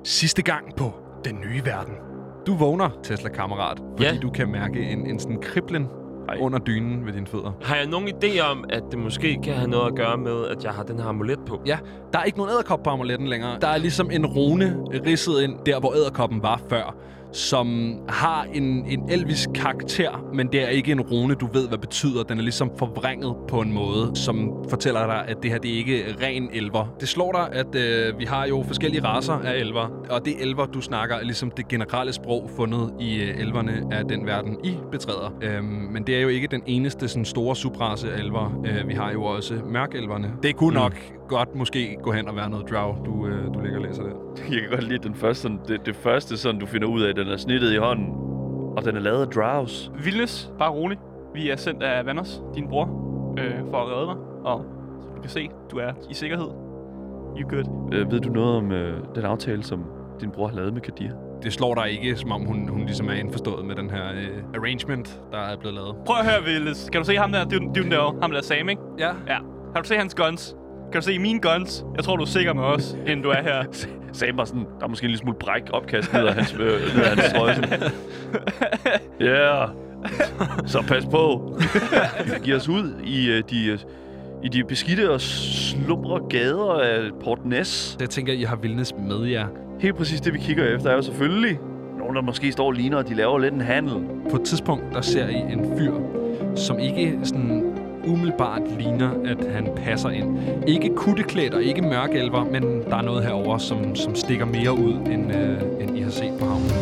Sidste gang på Den Nye Verden. Du vågner, Tesla-kammerat, fordi du kan mærke en sådan kriblen under dynen ved dine fødder. Har jeg nogen idé om, at det måske kan have noget at gøre med, at jeg har den her amulet på? Ja, der er ikke nogen edderkop på amuletten længere. Der er ligesom en rune ridset ind der, hvor edderkoppen var før, som har en elvisk karakter, men det er ikke en rune, du ved, hvad betyder. Den er ligesom forvrænget på en måde, som fortæller dig, at det her det er ikke ren elver. Det slår dig, at vi har jo forskellige racer af elver, og det elver, du snakker, er ligesom det generelle sprog fundet i elverne af den verden, I betræder. Men det er jo ikke den eneste sådan store subrace af elver. Vi har jo også mørkelverne. Det kunne nok godt måske gå hen og være noget drow, du ligger og læser der. Jeg kan godt lide den første, sådan, det første, sådan, du finder ud af, den er snittet i hånden, og den er lavet af drows. Vildnes, bare rolig. Vi er sendt af Vanders, din bror, for at redde dig, og som du kan se, du er i sikkerhed. You good. Ved du noget om den aftale, som din bror har lavet med Kadir? Det slår dig ikke, som om hun ligesom er indforstået med den her arrangement, der er blevet lavet. Prøv at høre, Vildnes. Kan du se ham der? Det er den derovre. Ham der Sam, ikke? Ja. Ja. Kan du se hans guns? Kan du se mine guns? Jeg tror, du er sikker med os, inden du er her. Sam var sådan, der er måske en lille smule bræk opkast ned af hans trøje. Ja. Så pas på. Vi giver os ud i de beskidte og slumre gader af Port Ness. Det tænker I har Vildnes med jer. Helt præcis det, vi kigger efter, er jo selvfølgelig nogen, der måske står og ligner, og de laver lidt en handel. På et tidspunkt, der ser I en fyr, som ikke sådan umiddelbart ligner, at han passer ind. Ikke kutteklædt og ikke mørkelver, men der er noget herover, som stikker mere ud, end I har set på havnen.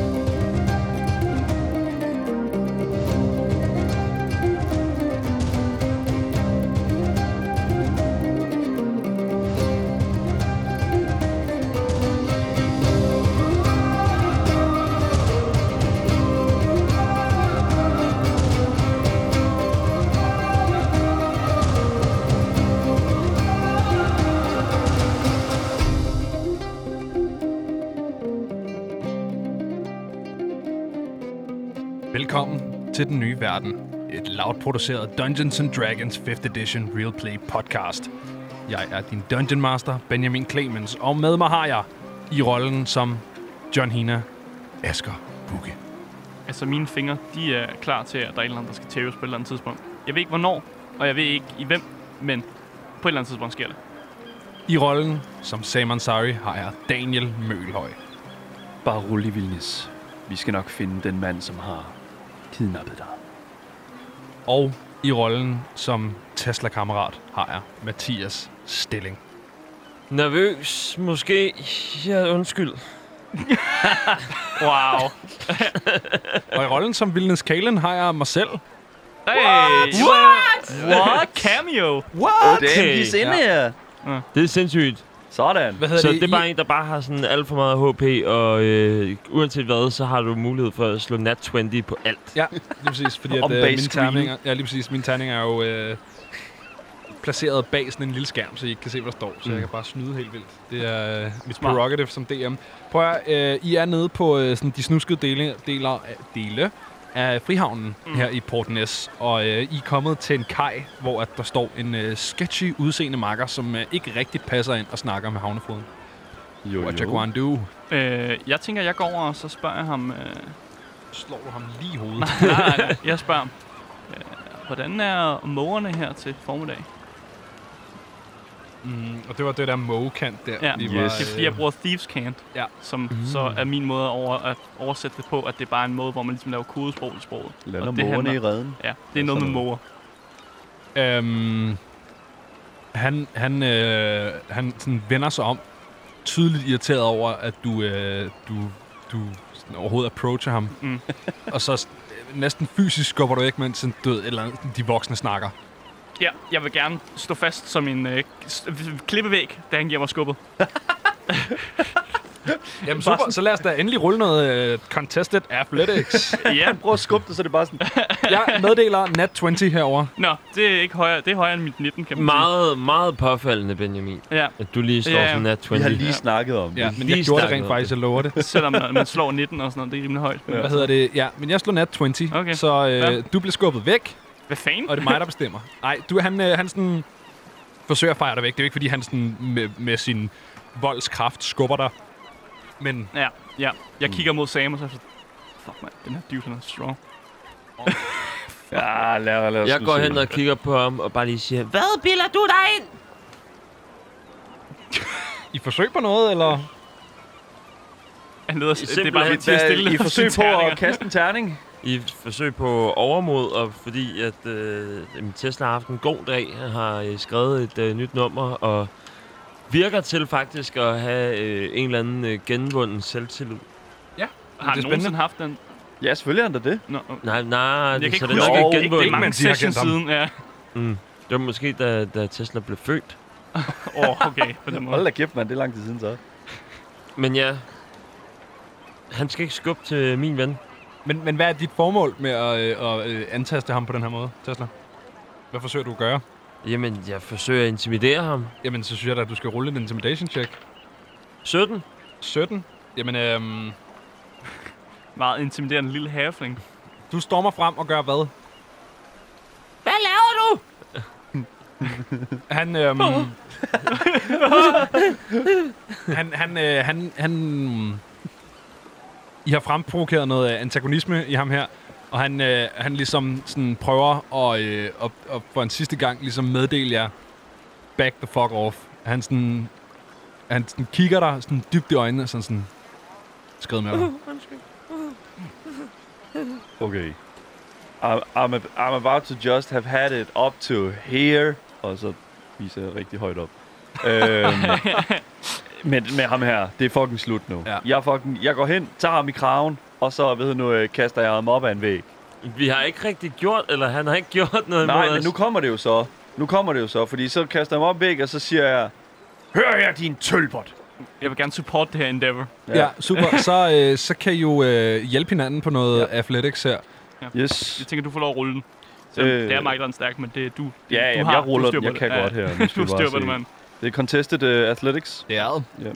Velkommen til Den Nye Verden. Et loud-produceret Dungeons & Dragons 5th Edition Real Play podcast. Jeg er din Dungeon Master, Benjamin Clemens, og med mig har jeg i rollen som John Hina, Asger Bugge. Altså, mine fingre, de er klar til, at der er en eller anden, der skal tæves på et eller andet tidspunkt. Jeg ved ikke, hvornår, og jeg ved ikke i hvem, men på et eller andet tidspunkt sker det. I rollen som Sam Ansari har jeg Daniel Mølhøj. Bare rolig, Vildnis. Vi skal nok finde den mand, som har kidnappet dig. Og i rollen som Tesla-kammerat har jeg Mathias Stilling. Nervøs, måske. Ja, undskyld. Wow. Og i rollen som Vildnes Kalen har jeg mig selv. Hey! What? Cameo? What? Damn, he's in here. Det er sindssygt. Sådan. Så det er bare en, der bare har sådan alt for meget HP, og uanset hvad, så har du mulighed for at slå nat 20 på alt. Ja, lige præcis, fordi at mine terninger, lige præcis, mine terninger er jo placeret bag sådan en lille skærm, så I ikke kan se, hvad der står, så jeg kan bare snyde helt vildt. Det er mit prerogative som DM. Prøv at I er nede på sådan de snuskede dele af Frihavnen her i Port Ness, og I er kommet til en kaj, hvor at der står en sketchy udseende makker, som ikke rigtig passer ind og snakker med havnefroden. What you gonna do? Jeg tænker, jeg går over, og så spørger jeg ham... Slår du ham lige i hovedet? nej, jeg spørger ham. Hvordan er mågerne her til formiddag? Og det var det der mågekant der. Ja, det er fordi, jeg bruger Thieves Cant, som så er min måde at oversætte det på, at det er bare en måde, hvor man ligesom laver kodesprog i sproget. Lander mågerne i redden. Ja, det er noget med måger. Han sådan vender sig om, tydeligt irriteret over, at du sådan overhovedet approacher ham. Og så næsten fysisk skubber du ikke, mens sådan, eller de voksne snakker. Ja, jeg vil gerne stå fast som en klippevæg, da han giver mig skubbet. Jamen super, så lad os da endelig rulle noget contested athletics. Ja, prøv at skubbe det, så det bare sådan... Jeg meddeler nat 20 herover. Nå, det er ikke højere. Det er højere end mit 19, kan man sige. Meget påfaldende, Benjamin. Ja. At du lige står som nat 20. Vi har lige snakket om det. Ja, men jeg gjorde det rent faktisk, jeg lover det. Selvom man slår 19 og sådan noget, det er rimelig højt. Hvad hedder det? Ja, men jeg slår nat 20, okay. Så du bliver skubbet væk. Hvad fanden? Og det er mig, der bestemmer. Nej, han sådan forsøger at fejre dig væk. Det er jo ikke, fordi han sådan med sin voldskraft skubber dig Men Ja. Jeg kigger mod Sam, og så fuck, man, den her dude, han er strong. Ja, lad os Jeg nu går se. hen og kigger på ham og bare lige siger, hvad bilder du dig ind? I forsøg på noget, eller? Han leder, det er Simpelthen bare til at stille I forsøg på at kaste en terning. I forsøg på overmod, og fordi at Tesla har haft en god dag, har skrevet et nyt nummer, og virker til faktisk at have en eller anden genvunden selvtillid. Har han nogensinde haft den? Ja, selvfølgelig er han da det. No, Nej, jeg kan så ikke den huske, er ikke det er genvunden. mange man siger, sessions kendt ham. siden, ja. Det var måske, da Tesla blev født. Okay, på den måde. Hold da kæft, mand. Det er lang tid siden så. Men ja, han skal ikke skubbe til min ven. Men hvad er dit formål med at antaste ham på den her måde, Tesla? Hvad forsøger du at gøre? Jamen, jeg forsøger at intimidere ham. Jamen, så synes jeg da, at du skal rulle en intimidation check. 17. 17. Jamen, Meget intimiderende lille halfling. du stormer frem og gør hvad? Hvad laver du? Han, han I har fremprovokeret noget antagonisme i ham her, og han ligesom sådan prøver at for en sidste gang ligesom meddele jer, back the fuck off. Han sådan kigger dig sådan dybt i øjnene, og sådan skrider med dig. Okay. I'm about to just have had it up to here. Og så viser jeg rigtig højt op. Men med ham her, det er fucking slut nu. Ja. Jeg går hen, tager ham i kraven, og så, kaster jeg ham op ad en væg. Vi har ikke rigtig gjort, eller han har ikke gjort noget Nej, imod men os. nu kommer det jo så. Fordi så kaster jeg ham op ad væg, og så siger jeg, hør jeg din tølbot. Jeg vil gerne support det her endeavor. Ja, super. Så kan I jo hjælpe hinanden på noget athletics her. Yes. Jeg tænker, du får lov at rulle den. Så det er mig, der er stærk, men det er du. Ja, du jamen, har, jeg ruller du den. Jeg kan godt her. Nu skal Du vi bare styr på det, se. mand. Det er contested athletics. Det er det.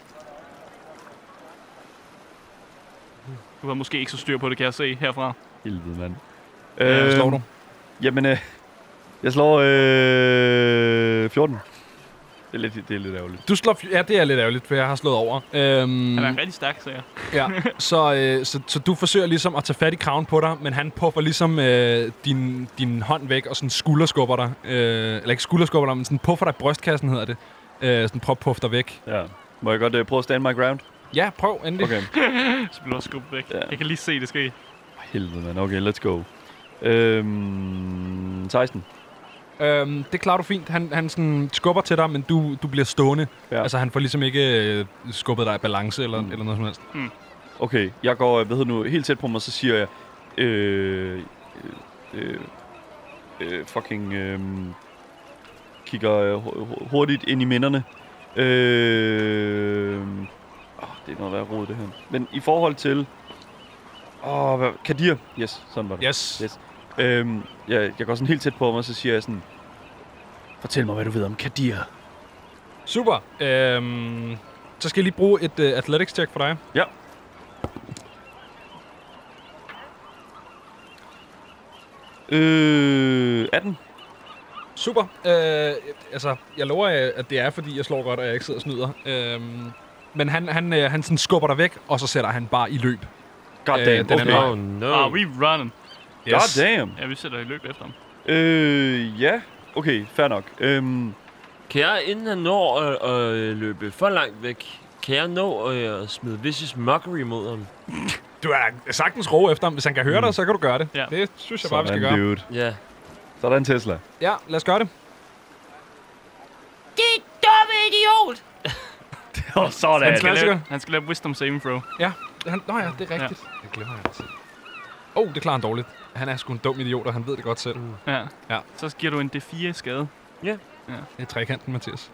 Du har måske ikke så styr på det, kan jeg se herfra. Helvede, mand. Hvad slår du? Jamen, jeg slår 14. Det er lidt ærgerligt. Du slår... Ja, det er lidt ærgerligt, for jeg har slået over. Han er rigtig stærk, så jeg. Ja, så du forsøger ligesom at tage fat i kraven på dig, men han puffer ligesom din hånd væk og sådan skulderskubber dig. Eller ikke skulderskubber dig, men sådan puffer dig i brystkassen, hedder det. Sådan prøv at puffe dig væk. Ja. Må jeg godt prøve at stand my ground? Ja, prøv endelig. Okay. Så bliver du også skubbet væk. Ja. Jeg kan lige se det ske. Helvede, mand. Okay, let's go. 16. Det klarer du fint. Han sådan skubber til dig, men du bliver stående. Ja. Altså, han får ligesom ikke skubbet dig i balance eller noget som helst. Okay, jeg går helt tæt på mig, så siger jeg... kigger hurtigt ind i minderne. Det er noget værd rod, det her. Men i forhold til... Kadir. Yes, sådan var det. Yes. Jeg går sådan helt tæt på mig, så siger jeg sådan... Fortæl mig, hvad du ved om Kadir. Super. Så skal jeg lige bruge et athletics check for dig. Ja. Øh, 18. Super. Altså, jeg lover, at det er, fordi jeg slår godt, og jeg ikke sidder og snyder. Men han sådan skubber dig væk, og så sætter han bare i løb. God damn, den er okay. nok. Oh no. We running. God damn. Ja, vi sætter i løb efter ham. Ja. Okay, fair nok. Kan jeg, inden han når at løbe for langt væk, kan jeg nå at smide Vicious Mockery mod ham? Du er sagtens ro efter ham. Hvis han kan høre dig, så kan du gøre det. Ja. Det synes jeg bare, vi skal gøre. Dude. Ja. Sådan Tesla. Ja, lad os gøre det. Dit dumme idiot! Sådan. Han skal lave wisdom saving throw. Ja, det er rigtigt. Ja. Det glemmer jeg altid. Det klarer han dårligt. Han er sgu en dum idiot, og han ved det godt selv. Ja. Ja. Så giver du en D4 skade. Ja. Det er trekanten, Mathias.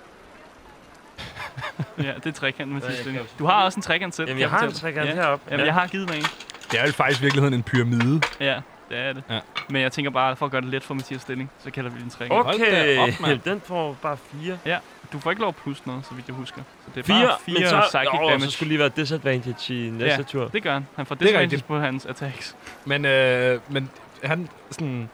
Ja, det er trekanten, Mathias. Ja, jeg kan Du har også en trekant selv. Jamen, jeg har en trekant heroppe. Jamen, jeg har givet mig en. Det er jo faktisk i virkeligheden en pyramide. Ja, det er det. Ja. Men jeg tænker bare, for at gøre det let for Mathias stilling, så kalder vi din trekant. Hold Okay, da op, mand. den får bare 4. Ja, du får ikke lov at plus noget, så vidt jeg husker. Så det er 4, bare 4 psychic damage. så skulle lige være disadvantage i næste tur. det gør han. Han får er disadvantage rigtigt. på hans attacks. Men han sådan...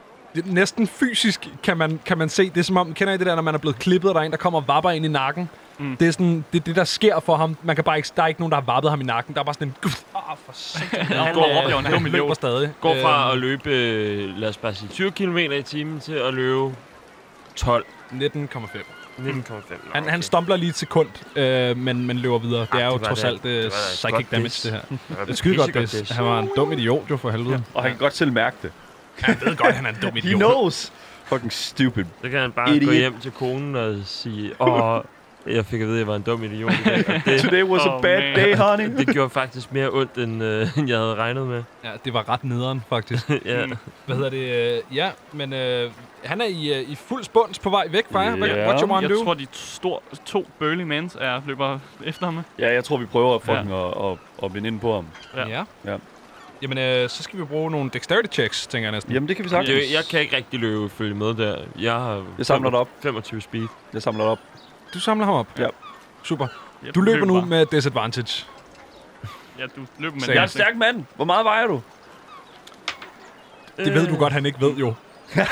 Næsten fysisk kan man se, det er som om, kender I det der, når man er blevet klippet, og der er en, der kommer og vapper ind i nakken? Det er sådan, det der sker for ham. Man kan bare ikke, der er ikke nogen, der har vappet ham i nakken. Der er bare sådan en... for satan. Han går op, en halv Han million. løber stadig. Går fra at løbe, lad os bare sige, 20 km i timen til at løbe 12. 19,5. 19,5. Han stumbler lige et sekund, men løber videre. Det er jo det var trods da- alt det var da et psychic godt damage, diss. det her. Det Det er skide godt pissegodt det. Han var en dum idiot, jo, for helvede. Og han kan godt selv mærke det. Han ved godt, han er en dum He idiot. knows. Fucking stupid. Så kan han bare gå Idiot. hjem til konen og sige, jeg fik at vide, at jeg var en dum idiot i dag. Og Today was a bad man. day, honey. det gjorde faktisk mere ondt, end jeg havde regnet med. Ja, det var ret nederen, faktisk. Ja. Hvad hedder det? Ja, men han er i fuld spunds på vej væk fra jer. Ja. What you want Jeg to do? tror, de to burly mans løber efter ham. Ja, jeg tror, vi prøver fucking at vinde ind på ham. Ja. Ja. Jamen, så skal vi bruge nogle dexterity checks, tænker jeg næsten. Jamen, det kan vi sagtens. Jeg kan ikke rigtig løbe følge med der. Jeg har Jeg samler det op. 25 speed. Jeg samler det op. Du samler ham op? Ja. Super. Ja, Du løber nu bare. med disadvantage. Ja, du løber med Sagde Jeg er en stærk mand. Hvor meget vejer du? Det ved du godt, han ikke ved jo.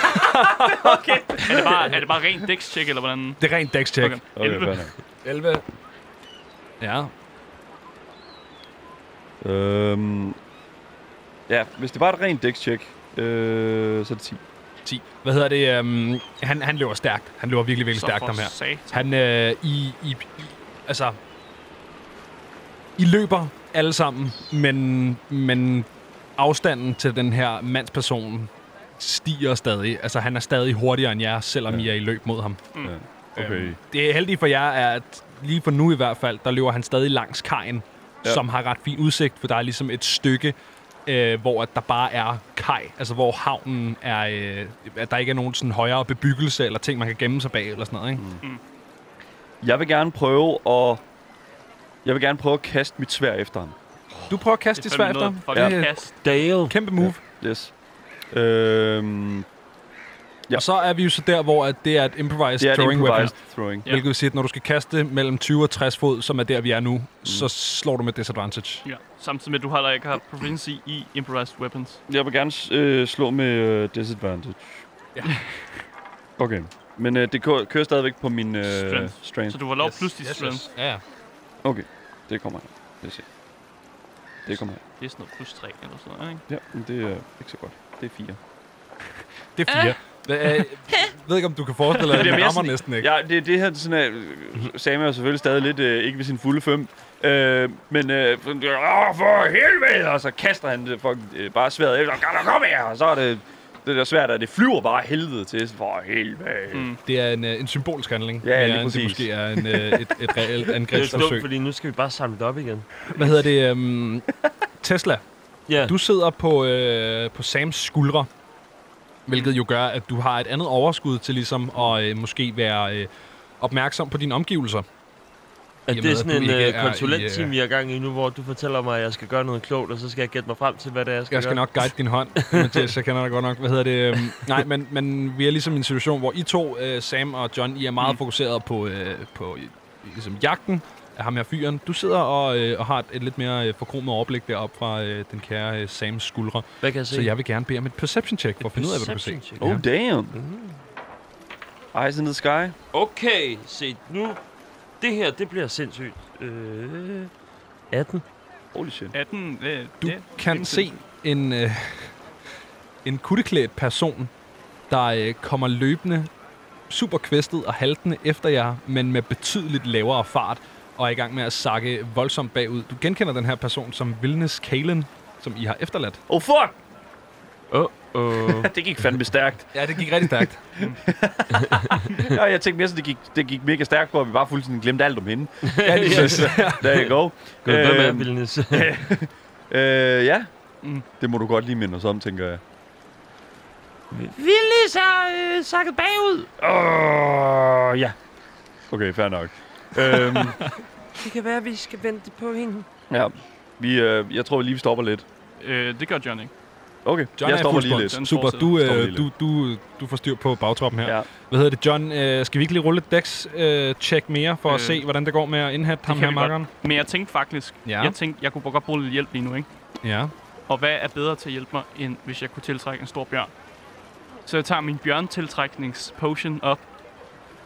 Er det bare rent dex-check, eller hvordan? Det er rent dex check. Okay. Okay, 11. fair nok. 11. Ja. Ja, hvis det bare er et rent dex-check, så er det 10. 10. Hvad hedder det? Han løber stærkt. Han løber virkelig, virkelig Så stærkt, for ham her. satan. Han, altså... I løber alle sammen, men afstanden til den her mandsperson stiger stadig. Altså, han er stadig hurtigere end jer, selvom I er i løb mod ham. Ja. Okay. Det heldige for jer er, at lige for nu i hvert fald, der løber han stadig langs kajen, som har ret fin udsigt, for der er ligesom et stykke, hvor at der bare er kaj, altså hvor havnen er, at der ikke er nogen sådan højere bebyggelse eller ting, man kan gemme sig bag eller sådan noget, ikke? Jeg vil gerne prøve at kaste mit sværd efter ham. Du prøver at kaste dit sværd efter ham. Ja. Det er Dale. kæmpe move. Yes. Ja. Og så er vi jo så der, hvor at det er et improvised Det er throwing improvised weapon. throwing. Ja. Hvilket vil sige, at når du skal kaste mellem 20 og 60 fod, som er der, vi er nu, så slår du med disadvantage. Ja. Samtidig med, at du heller ikke har proficiency i improvised weapons. Jeg vil gerne slå med disadvantage. Ja. Okay. Men det kører stadigvæk på min strength. Så du var lov plus dit strength. Ja, ja. Okay, det kommer her. Lad os se. Det kommer her. Det er sådan noget plus 3 eller sådan noget, ikke? Ja, men det er ikke så godt. Det er 4. Det er 4. Jeg ved ikke, om du kan forestille dig, at bliver den mere rammer sådan- næsten ikke. Ja, det her sådan er... Sam er jo selvfølgelig stadig lidt ikke ved sin fulde 5. Men for helvede! Og så kaster han det bare sværdet efter. Kom her! Og så er det der svært, at det flyver bare helvede til. For helvede. Det er en symbolisk handling. Ja, lige mere end præcis. det måske er et reelt Det er dumt, angrebsforsøg. fordi nu skal vi bare samle det op igen. Hvad hedder det? Tesla, Ja. du sidder på Sams skuldre, hvilket jo gør, at du har et andet overskud til ligesom at måske være opmærksom på dine omgivelser. Er I og det med, sådan at du en ikke er konsulentteam, vi er i gang i nu, hvor du fortæller mig, at jeg skal gøre noget klogt, og så skal jeg gætte mig frem til, hvad det er, jeg skal Jeg skal gøre? nok guide din hånd, Mathias, jeg kender dig godt nok. Hvad hedder det? Nej, men vi er ligesom i en situation, hvor I to, Sam og John, I er meget fokuseret på ligesom jagten af ham her fyren. Du sidder og har et lidt mere forkromet overblik deroppe fra den kære Sams skuldre. Hvad kan jeg se? Så jeg vil gerne bede om et perception check, for at finde ud af, hvad du kan se. Perception check. Oh, damn. Eyes in the sky. Okay, se nu. Det her, det bliver sindssygt. 18. Holy shit. 18, Du kan se en kutteklædt person, der kommer løbende, super kvæstet og haltende efter jer, men med betydeligt lavere fart, og er i gang med at sakke voldsomt bagud. Du genkender den her person som Vilnes Kalen, som I har efterladt. Oh, fuck! Uh-oh. Det gik fandme stærkt. Ja, det gik rigtig stærkt. Ja, jeg tænkte mere, så det gik mega stærkt på, at vi bare fuldstændig glemte alt om hende. Ja, lige præcis. There you go. Kan du være med, Vilnes? Ja. Det må du godt lige minde os om, tænker jeg. Vilnes har sakket bagud. Ja. Okay, fair nok. Det kan være, at vi skal vente på hende. Ja. Jeg tror lige, vi stopper lidt. Det gør John ikke. Okay, John jeg er stopper fuld lige lidt. spons. Super, du får styr på bagtroppen her. Ja. Hvad hedder det, John? Skal vi ikke lige rulle et dex-check mere, for at se, hvordan det går med at indhente ham kan her, vi godt. makkeren? Men jeg tænkte faktisk, jeg kunne godt bruge lidt hjælp lige nu, ikke? Ja. Og hvad er bedre til at hjælpe mig, end hvis jeg kunne tiltrække en stor bjørn? Så jeg tager min bjørntiltrækningspotion op,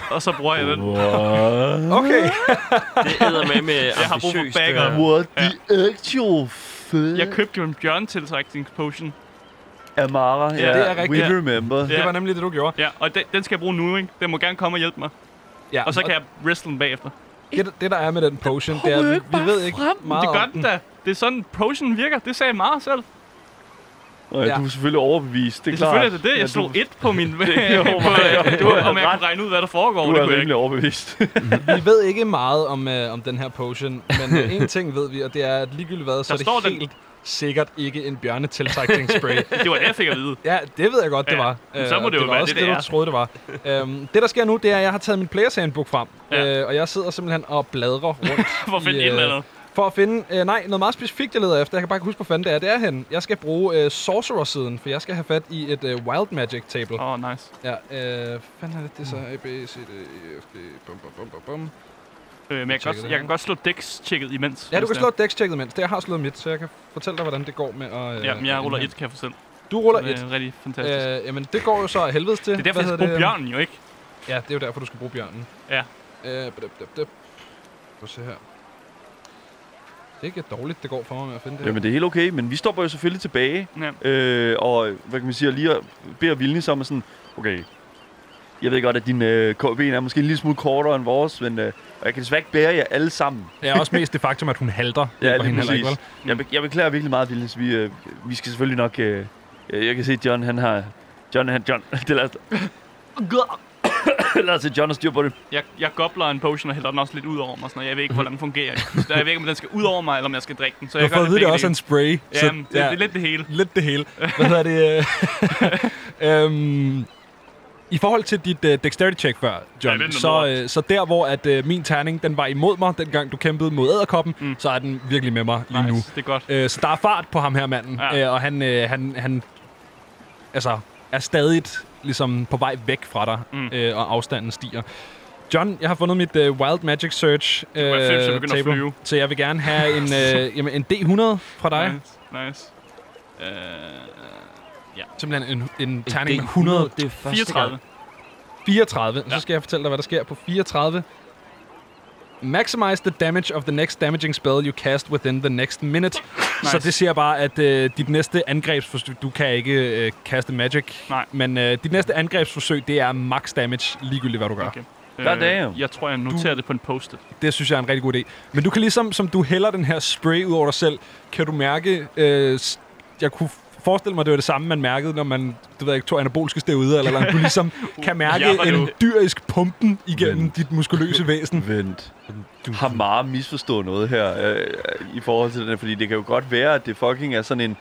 Og så bruger jeg den. Okay. Det æder med Jeg har brug for ambitiøst. backup. What the actual fuck? Jeg købte jo en bjørnetiltrækningspotion. Amara, det er rigtigt. we remember. Ja. Det var nemlig det, du gjorde. Ja, og den skal jeg bruge nu, ikke? Den må gerne komme og hjælpe mig. Ja. Og så kan jeg wrestle den bagefter. Det, der er med den potion, det er, at vi ved ikke meget Det gør om den da. Det er sådan, potion virker. Det sagde Mara selv. Og Ja. du er selvfølgelig overbevist, det er Det er klart. selvfølgelig det. Jeg slog 1 på min... jo mig. om jeg kunne regne ud, hvad der foregår. Du Det er kunne jeg rimelig ikke. overbevist. Vi ved ikke meget om den her potion, men en ting ved vi, og det er, at ligegyldigt hvad, så er står det den- helt sikkert ikke en bjørnetiltrækningsspray. Det var det, jeg fik at vide. Ja, det ved jeg godt, det Ja, var. men så må det jo var være også det, det du er. troede, det var. Det, der sker nu, det er, at jeg har taget min Players Handbook frem, Ja. og jeg sidder simpelthen og bladrer rundt. For at finde et eller andet. For at finde, noget meget specifikt, jeg leder efter. Jeg kan bare ikke huske, hvor fanden det er. Det er henne. Jeg skal bruge Sorcerer-siden, for jeg skal have fat i et Wild Magic table. Nice. Ja, fanden er det så? A, B, C, D, E, F, G, bum, bum, bum, bum, bum. Men jeg kan godt slå Dex-checket imens. Ja, du hvis kan det slå et Dex-checket imens. Det jeg har slået mit, så jeg kan fortælle dig, hvordan det går med at... er. Ja, men jeg ruller 1, kan jeg fortælle. Du ruller Det 1. er rigtig fantastisk. Jamen, det går jo så af helvedes til. Det er derfor, jeg skal bruge bjørnen jo, ikke? Ja, det er jo derfor, du skal bruge bjørnen. Ja. Prøv at se her. Det er ikke dårligt, det går for mig med at finde det her. Jamen, det er helt okay, men vi stopper jo selvfølgelig tilbage. Ja. Og hvad kan man sige, lige at bede Vilnis om at sådan, okay, jeg ved godt, at din ben er måske en lille smule kortere end vores, men og jeg kan desværre ikke bære jer alle sammen. Det er også mest det faktum, at hun halter. Ja, Hjælper lige hende heller præcis. ikke, vel? Jeg beklager virkelig meget, Vilnis. Vi skal selvfølgelig nok... jeg kan se, at John, det lader lad os til John og styr på det. Jeg gobler en potion og hælder den også lidt ud over mig. Sådan, jeg ved ikke, hvordan den fungerer. Så jeg ved ikke, om den skal ud over mig, eller om jeg skal drikke den. Så Du har fået at vide, det er også en spray. Jamen, det er lidt det hele. Lidt det hele. Hvad hedder det? I forhold til dit dexterity check før, John, Ja, det er så der, hvor at min terning den var imod mig, dengang du kæmpede mod edderkoppen, så er den virkelig med mig lige nu. Nice, det er godt. Så der er fart på ham her manden, Ja. og han altså, er stadig ligesom på vej væk fra dig, og afstanden stiger. John, jeg har fundet mit Wild Magic Search være fedt, hvis jeg begynder at table, flyve. så jeg vil gerne have en D100 fra dig. Nice. Simpelthen en Det terning er med 100. Det er første 34. gang. 34. Ja. Så skal jeg fortælle dig, hvad der sker på 34. Maximize the damage of the next damaging spell you cast within the next minute. Nice. Så det siger bare, at dit næste angrebsforsøg... Du kan ikke kaste magic. Nej. Men dit næste angrebsforsøg, det er max damage, ligegyldigt hvad du gør. Okay. Goddamn. Jeg tror, jeg noterer det på en post-it. Det synes jeg er en rigtig god idé. Men du kan ligesom, som du hælder den her spray ud over dig selv, kan du mærke... jeg kunne forestille mig, det var det samme, man mærkede, når man tog anabolske steroider, eller du ligesom kan mærke en dyrisk pumpen igennem dit muskuløse væsen. Vent. Du har meget misforstået noget her i forhold til den her, fordi det kan jo godt være, at det fucking er sådan en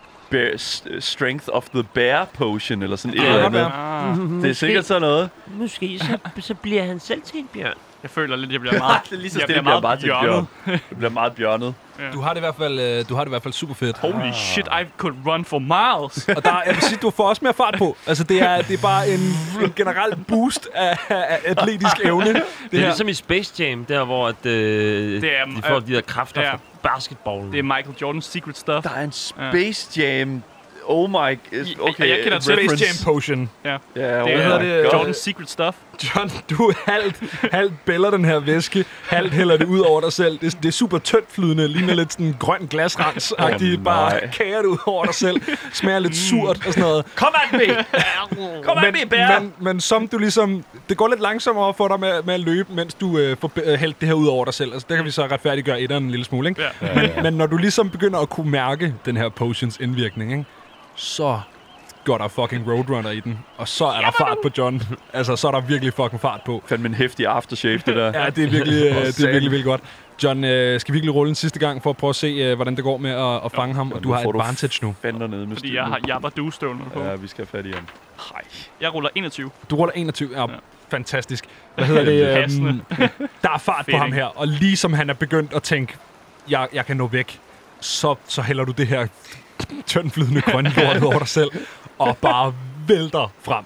strength of the bear potion, eller sådan et eller andet. Det er sikkert sådan noget. Måske så bliver han selv til en bjørn. Jeg føler lidt, jeg bliver meget... Det er lige så stille, bliver meget til bjørn. Det bliver meget bjørnet. Du har det i hvert fald super fedt. Holy shit, I could run for miles. Og jeg vil sige, du får også mere fart på. Altså, det er bare en generel boost af atletisk evne. Det er ligesom i Space Jam, der hvor at, de får de der kræfter fra basketballen. Det er Michael Jordans secret stuff. Der er en Space Jam... Oh my... Okay, jeg kender Space Jam Potion. Ja. Ja, Det er Jordans secret stuff. John, du halvt bæller den her væske, halvt hælder det ud over dig selv. Det er super tyndt flydende, ligner lidt sådan en grøn glasrens-agtigt. Bare kager det ud over dig selv. Smager lidt surt og sådan noget. Kom at me! Kom at me, bær! Men som du ligesom... Det går lidt langsommere for dig med at løbe, mens du får hældt det her ud over dig selv. Altså, der kan vi så retfærdiggøre etteren en lille smule, ikke? Ja. Men når du ligesom begynder at kunne mærke den her potions indvirkning, ikke? Så går der fucking Roadrunner i den, og så er der fart på John. Altså, så er der virkelig fucking fart på. Fandme en heftig aftershave, det der. Ja, det er virkelig godt. John, skal vi virkelig rulle en sidste gang for at prøve at se, hvordan det går med at fange ham, og du har advantage nu. Fender nede med Fordi jeg har Jabba-Do-støvlerne på. Ja, vi skal have fat i ham. Nej. Jeg ruller 21. Du ruller 21. Ja, fantastisk. Hvad hedder det? Der er fart på ham her, og ligesom han er begyndt at tænke, jeg kan nå væk, så hælder du det her tyndflydende grønne lort over dig selv, og bare vælter frem.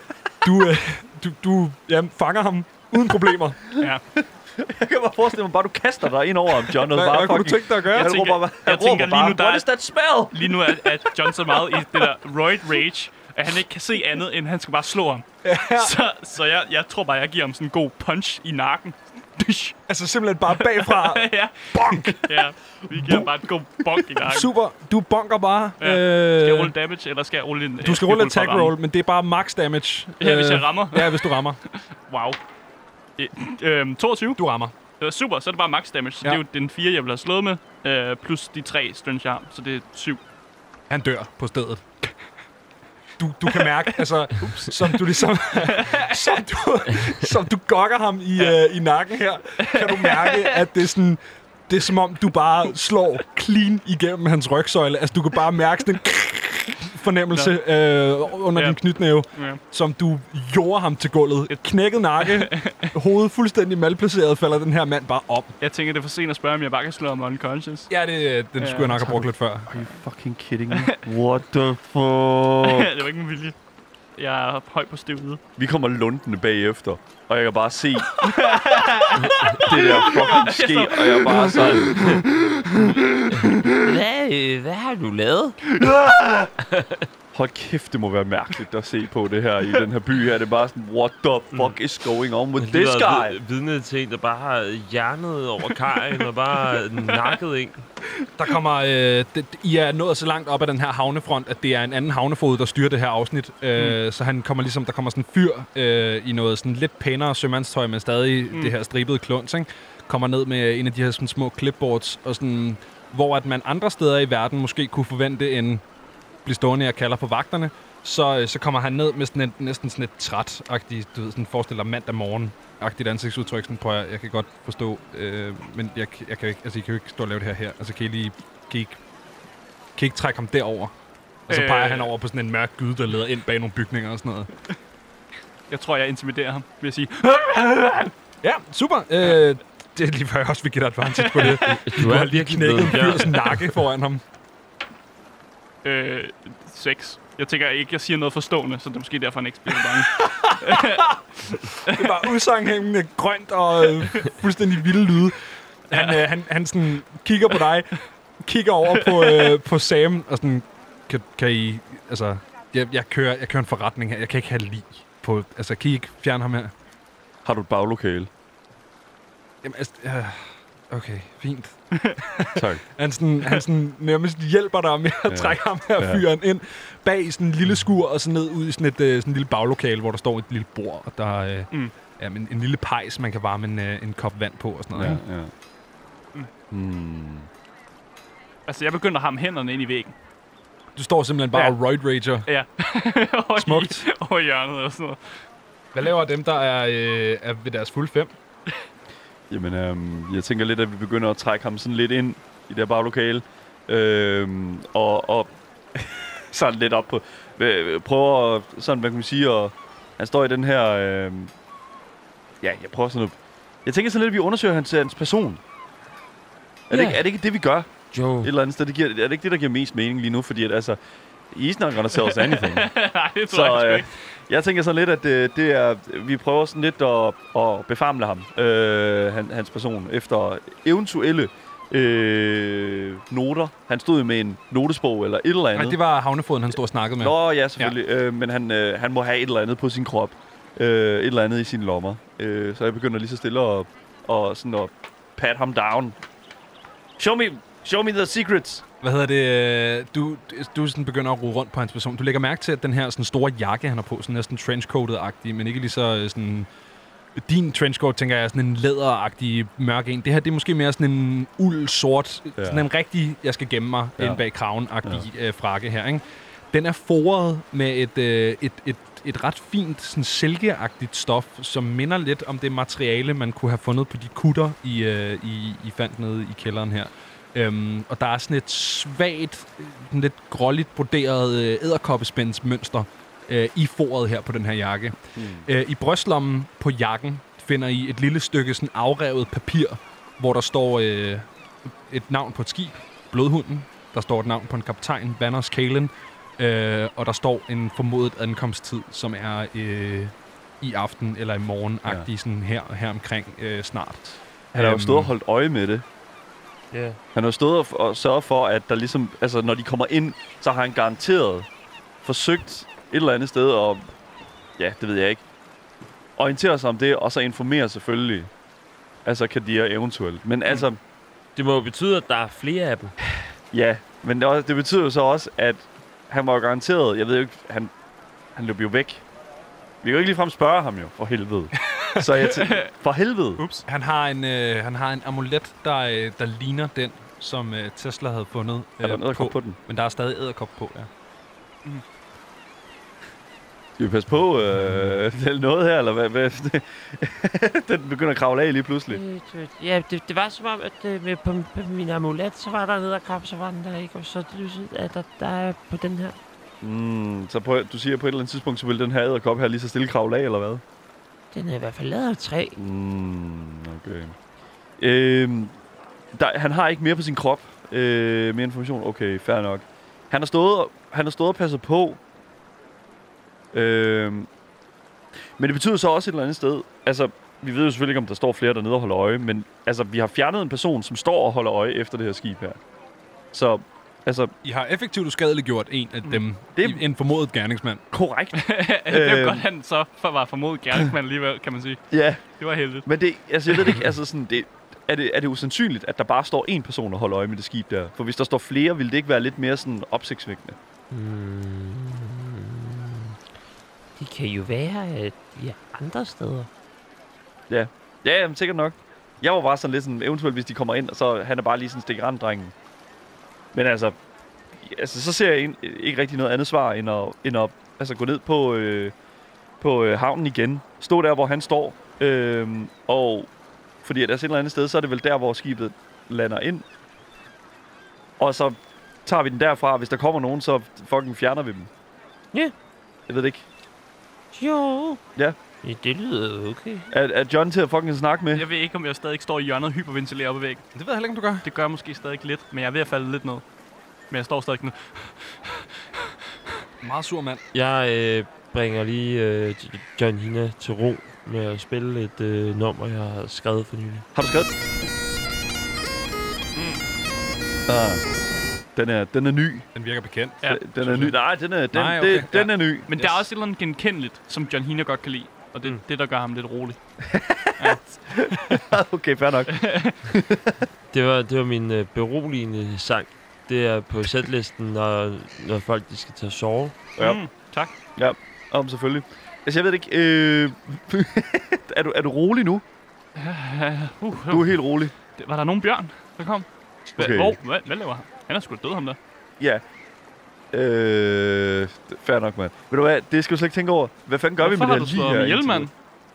Du fanger ham uden problemer. Ja. Jeg kan bare forestille mig, bare du kaster dig ind over ham, John. Hvad kunne du tænke dig at gøre? Jeg tænker lige nu, what is that smell? Lige nu er John så meget i det der roid rage, at han ikke kan se andet, end han skal bare slå ham. Så jeg tror bare, jeg giver ham sådan en god punch i nakken. Altså simpelthen bare bagfra. Ja. Bonk! Ja, vi giver ham bare et god bonk i nakken. Super, du bonker bare. Ja. Skal jeg rulle damage, eller skal jeg rulle en... Du skal rulle attack roll, men det er bare max damage. Ja, hvis jeg rammer. Ja, hvis du rammer. Wow. 22. Du rammer. Super, så er det bare max damage. Så det er jo den 4, jeg vil have slået med, plus de 3 strength jeg har, så det er 7. Han dør på stedet. Du kan mærke, altså, som du ligesom, som du gokker ham i nakken her, kan du mærke, at det er sådan, det er som om, du bare slår clean igennem hans rygsøjle. Altså, du kan bare mærke sådan en fornemmelse under din knytnæve, som du jorder ham til gulvet. Et knækket nakke, hovedet fuldstændig malplaceret, falder den her mand bare op. Jeg tænker, det er for sent at spørge, om jeg bare kan slå ham unconscious. Ja, den skulle jeg nok have brugt lidt før. Are you fucking kidding me? What the fuck? Det var ikke en vilje. Jeg er høj på støvet. Vi kommer lundende bagefter, og jeg kan bare se det der fucking ske, og jeg er bare sådan... Hvad har du lavet? Hold kæft, det må være mærkeligt at se på det her i den her by her. Det er bare sådan, what the fuck is going on with this guy? Vidne til en, der bare har hjernet over kajen og bare nakket en. Der kommer... I er nået så langt op ad den her havnefront, at det er en anden havnefod, der styrer det her afsnit. Så han kommer ligesom... Der kommer sådan en fyr i noget sådan lidt pænere sømandstøj, men stadig det her stribede kluns, ikke? Kommer ned med en af de her sådan små clipboards, og sådan, hvor at man andre steder i verden måske kunne forvente en blive stående og kalder på vagterne, så kommer han ned med sådan næsten sådan et træt-agtigt, du ved, sådan forestiller mandag morgen-agtigt ansigtsudtryk. Sådan, prøv jeg kan godt forstå, men jeg kan ikke, altså I kan jo ikke stå og lave det her. Altså kan I ikke trække ham derover? Og så peger han over på sådan en mørk gyde, der leder ind bag nogle bygninger og sådan noget. Jeg tror, jeg intimiderer ham, vil jeg sige. Ja, super. Det er lige før jeg også vil give dig advantage på det. Du er virkelig knækket en fyrs nakke foran ham. 6. Jeg tænker ikke, jeg siger noget forstående, så det er måske derfor, han ikke spiller bange. Det er bare udsammenhængende, grønt og fuldstændig vilde lyde. Han sådan kigger på dig, kigger over på Sam, og sådan, kan I... Altså, jeg kører en forretning her. Jeg kan ikke have lig på... Altså, kan I ikke fjerne ham her? Har du et baglokale? Jamen, altså... Okay, fint. Tak. Han sådan nærmest hjælper dig med at trække ham her fyren ind bag sådan en lille skur og så ned ud i sådan et lille baglokale, hvor der står et lille bord, og der er en lille pejs, man kan varme en kop vand på og sådan noget. Ja. Altså, jeg begynder at have hænderne ind i væggen. Du står simpelthen bare og roid rager. Ja. Smukt. Over hjørnet og sådan noget. Hvad laver dem, der er ved deres fulde 5? Jamen, jeg tænker lidt, at vi begynder at trække ham sådan lidt ind i det her baglokale. Og sådan lidt op på... Prøver at, sådan, hvad kan man sige, og han står i den her... jeg prøver sådan at... Jeg tænker sådan lidt, at vi undersøger hans person. Er det ikke det, vi gør? Joe. Et eller andet sted. Er det ikke det, der giver mest mening lige nu? Fordi at, altså... He's not gonna sell us anything. Nej, det tror jeg ikke. Jeg tænker sådan lidt, at det er... Vi prøver sådan lidt at befamle ham. Hans person. Efter eventuelle noter. Han stod med en notesbog eller et eller andet. Nej, det var havnefoden, han stod og snakkede med. Nå, ja, selvfølgelig. Ja. Men han må have et eller andet på sin krop. Et eller andet i sine lommer. Så jeg begynder lige så stille og sådan at pat ham down. Show me the secrets. Hvad hedder det? Du sådan begynder at rulle rundt på hans person. Du lægger mærke til, at den her sådan store jakke, han har på, sådan næsten trenchcoated-agtig, men ikke lige så sådan... Din trenchcoat, tænker jeg, er sådan en læderagtig mørk en. Det her, det er måske mere sådan en uld-sort, sådan en rigtig, jeg skal gemme mig inde bag kraven-agtig frakke her, ikke? Den er foret med et ret fint sådan silkeagtigt stof, som minder lidt om det materiale, man kunne have fundet på de kutter, I fandt nede i kælderen her. Og der er sådan et svagt, lidt gråligt broderet edderkoppespændsmønster i foret her på den her jakke. I brystlommen på jakken finder I et lille stykke sådan afrevet papir, hvor der står et navn på et skib, Blodhunden. Der står et navn på en kaptajn, Vanners Kalen. Og der står en formodet ankomsttid, som er i aften eller i morgen-agtig, sådan her omkring snart. Han har jo stået og holdt øje med det. Yeah. Han har stået og sørget for, at der ligesom, altså når de kommer ind, så har han garanteret forsøgt eller andet sted, og ja, det ved jeg ikke. Orientere sig om det, og så informere selvfølgelig. Altså Kadir eventuelt. Men altså, Det må jo betyde, at der er flere af dem. ja, men det betyder jo så også, at han var jo garanteret, jeg ved jo ikke, han løb jo væk. Vi kan jo ikke ligefrem spørge ham jo, for helvede. Så for helvede. Ups. Han har en amulet, der ligner den, som Tesla havde fundet Er der en edderkop på den? Men der er stadig edderkop på, ja. Skal vi passe på noget her, eller hvad? Den begynder at kravle af lige pludselig. Ja, det var som om, at på min amulet, så var der en edderkop, så var den der ikke. Og så det lyset, at der er på den her. Så du siger, at på et eller andet tidspunkt, så vil den her edderkop her lige så stille kravle af, eller hvad? Den er i hvert fald lavet af træ. Okay. Han har ikke mere på sin krop. Mere information. Okay, fair nok. Han har stået og passet på. Men det betyder så også et eller andet sted. Altså, vi ved jo selvfølgelig ikke, om der står flere dernede og holder øje. Men altså, vi har fjernet en person, som står og holder øje efter det her skib her. Så, altså... I har effektivt uskadeliggjort en af dem. En formodet gerningsmand. Korrekt. Det er godt, han så var formodet gerningsmand alligevel, kan man sige. Ja. Det var heldigt. Men det, altså, jeg ved ikke, altså sådan, er det usandsynligt, at der bare står én person og holder øje med det skib der? For hvis der står flere, ville det ikke være lidt mere sådan opsigtsvækkende? Det kan jo være andre steder. Ja, jamen, sikkert nok. Jeg var bare sådan lidt sådan, eventuelt hvis de kommer ind, så han er bare lige sådan stikkerand-drengen. Men altså, så ser jeg ikke rigtig noget andet svar, end at gå ned på havnen igen. Stå der, hvor han står. Og fordi at der er et eller andet sted, så er det vel der, hvor skibet lander ind. Og så tager vi den derfra. Hvis der kommer nogen, så fucking fjerner vi dem. Ja. Jeg ved det ikke. Jo. Ja. Ja, det lyder okay. Er John til at fucking snakke med? Jeg ved ikke, om jeg stadig står i hjørnet og hyperventilerer oppe i væggen. Det ved jeg heller ikke, om du gør. Det gør jeg måske stadig lidt, men jeg er ved at falde lidt ned. Men jeg står stadig ned. Meget sur mand. Jeg bringer lige John Hina til ro med at spille et nummer, jeg har skrevet for nylig. Har du skrevet? Den er ny. Den virker bekendt. Ja, Den er ny. Nej, den er ny. Men der er også et eller andet genkendeligt, som John Hina godt kan lide. Og det er det, der gør ham lidt rolig. Okay, fair nok. Det var min beroligende sang. Det er på setlisten, når folk de skal til at sove. Ja. Tak. Ja, selvfølgelig. Altså, jeg ved ikke... er du rolig nu? Du er helt rolig. Var der nogen bjørn, der kom? Okay. Hvad laver han? Han er sgu da død, ham der. Ja. Fair nok, mand. Ved du hvad, det skal du slet ikke tænke over. Hvad fanden gør vi med det her lige her? Hvorfor har du slået ham ihjel, mand?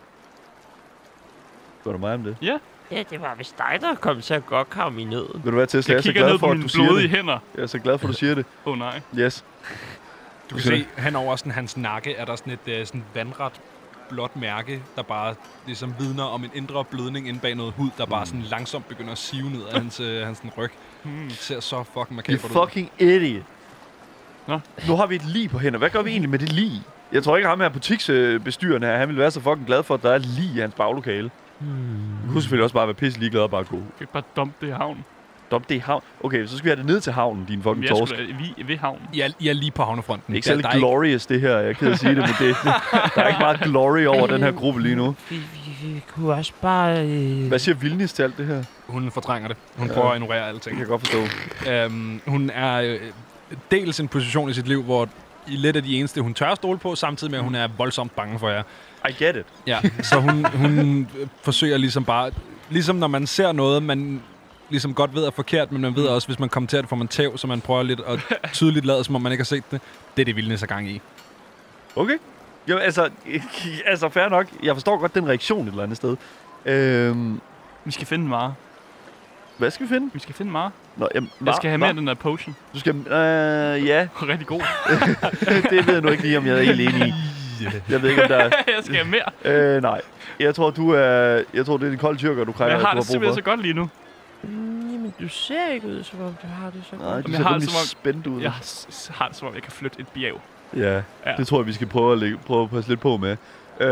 Gør du mig om det? Ja. Ja, det var vist dig, der kom til at gokke ham i nøden. Ved du hvad, Tesla, jeg er så kigger glad ned for, på at mine du siger blodige det. hænder. Jeg er så glad for, at du siger det. Nej. Yes. Du kan se, hen over sådan hans nakke er der sådan et sådan vandret blåt mærke, der bare ligesom vidner om en indre blødning inde bag noget hud, der bare sådan langsomt begynder at sive ned af hans ryg. Det ser så fucking makabert ud. You fucking idiot. Nå. Nu har vi et lig på hænder. Hvad gør vi egentlig med det lig? Jeg tror ikke, ham her butiksbestyreren her, han ville være så fucking glad for, at der er et lig i hans baglokale. Du kunne selvfølgelig også bare være pisse ligeglad og bare gå. Vi kan bare dumpe det i havnen. Dump det i havn. Okay, så skal vi have det ned til havnen, din fucking Vi torsk. er ved havnen. I er lige på havnefronten. Ikke særlig glorious, det her. Jeg er ked af at sige det, men der er ikke meget glory over den her gruppe lige nu. Vi kunne også bare... Hvad siger Vilnis til alt det her? Hun fortrænger det. Hun prøver at ignorere alting. Det kan jeg godt forstå. Hun er dels en position i sit liv, hvor I lidt af de eneste, hun tør stole på, samtidig med, at hun er voldsomt bange for jer. I get it. Ja, så hun forsøger ligesom bare... Ligesom når man ser noget, man ligesom godt ved er forkert, men man ved også, hvis man kommer til at får man tæv, så man prøver lidt at tydeligt lade, som om man ikke har set det. Det er det, Vilnes er gang i. Okay. Jo, altså fair nok. Jeg forstår godt den reaktion et eller andet sted. Vi skal finde Mara. Hvad skal vi finde? Vi skal finde Mara. Nå, jamen, Jeg skal have med den der potion. Du skal... ja. Rigtig god. Det ved jeg nu ikke lige, om jeg er helt enig i. Jeg ved ikke, om der er... Jeg skal have mere. Nej. Jeg tror, det er de kolde tyrker, du kræver, Jeg har du det har brug simpelthen for. så godt lige nu. Jamen, du ser ikke ud, som om du har det så Nej, godt. du jeg ser har det rimelig som om- spændt ud. Jeg har det som om, jeg kan flytte et bjerg. Ja, det tror jeg, vi skal prøve at passe lidt på med.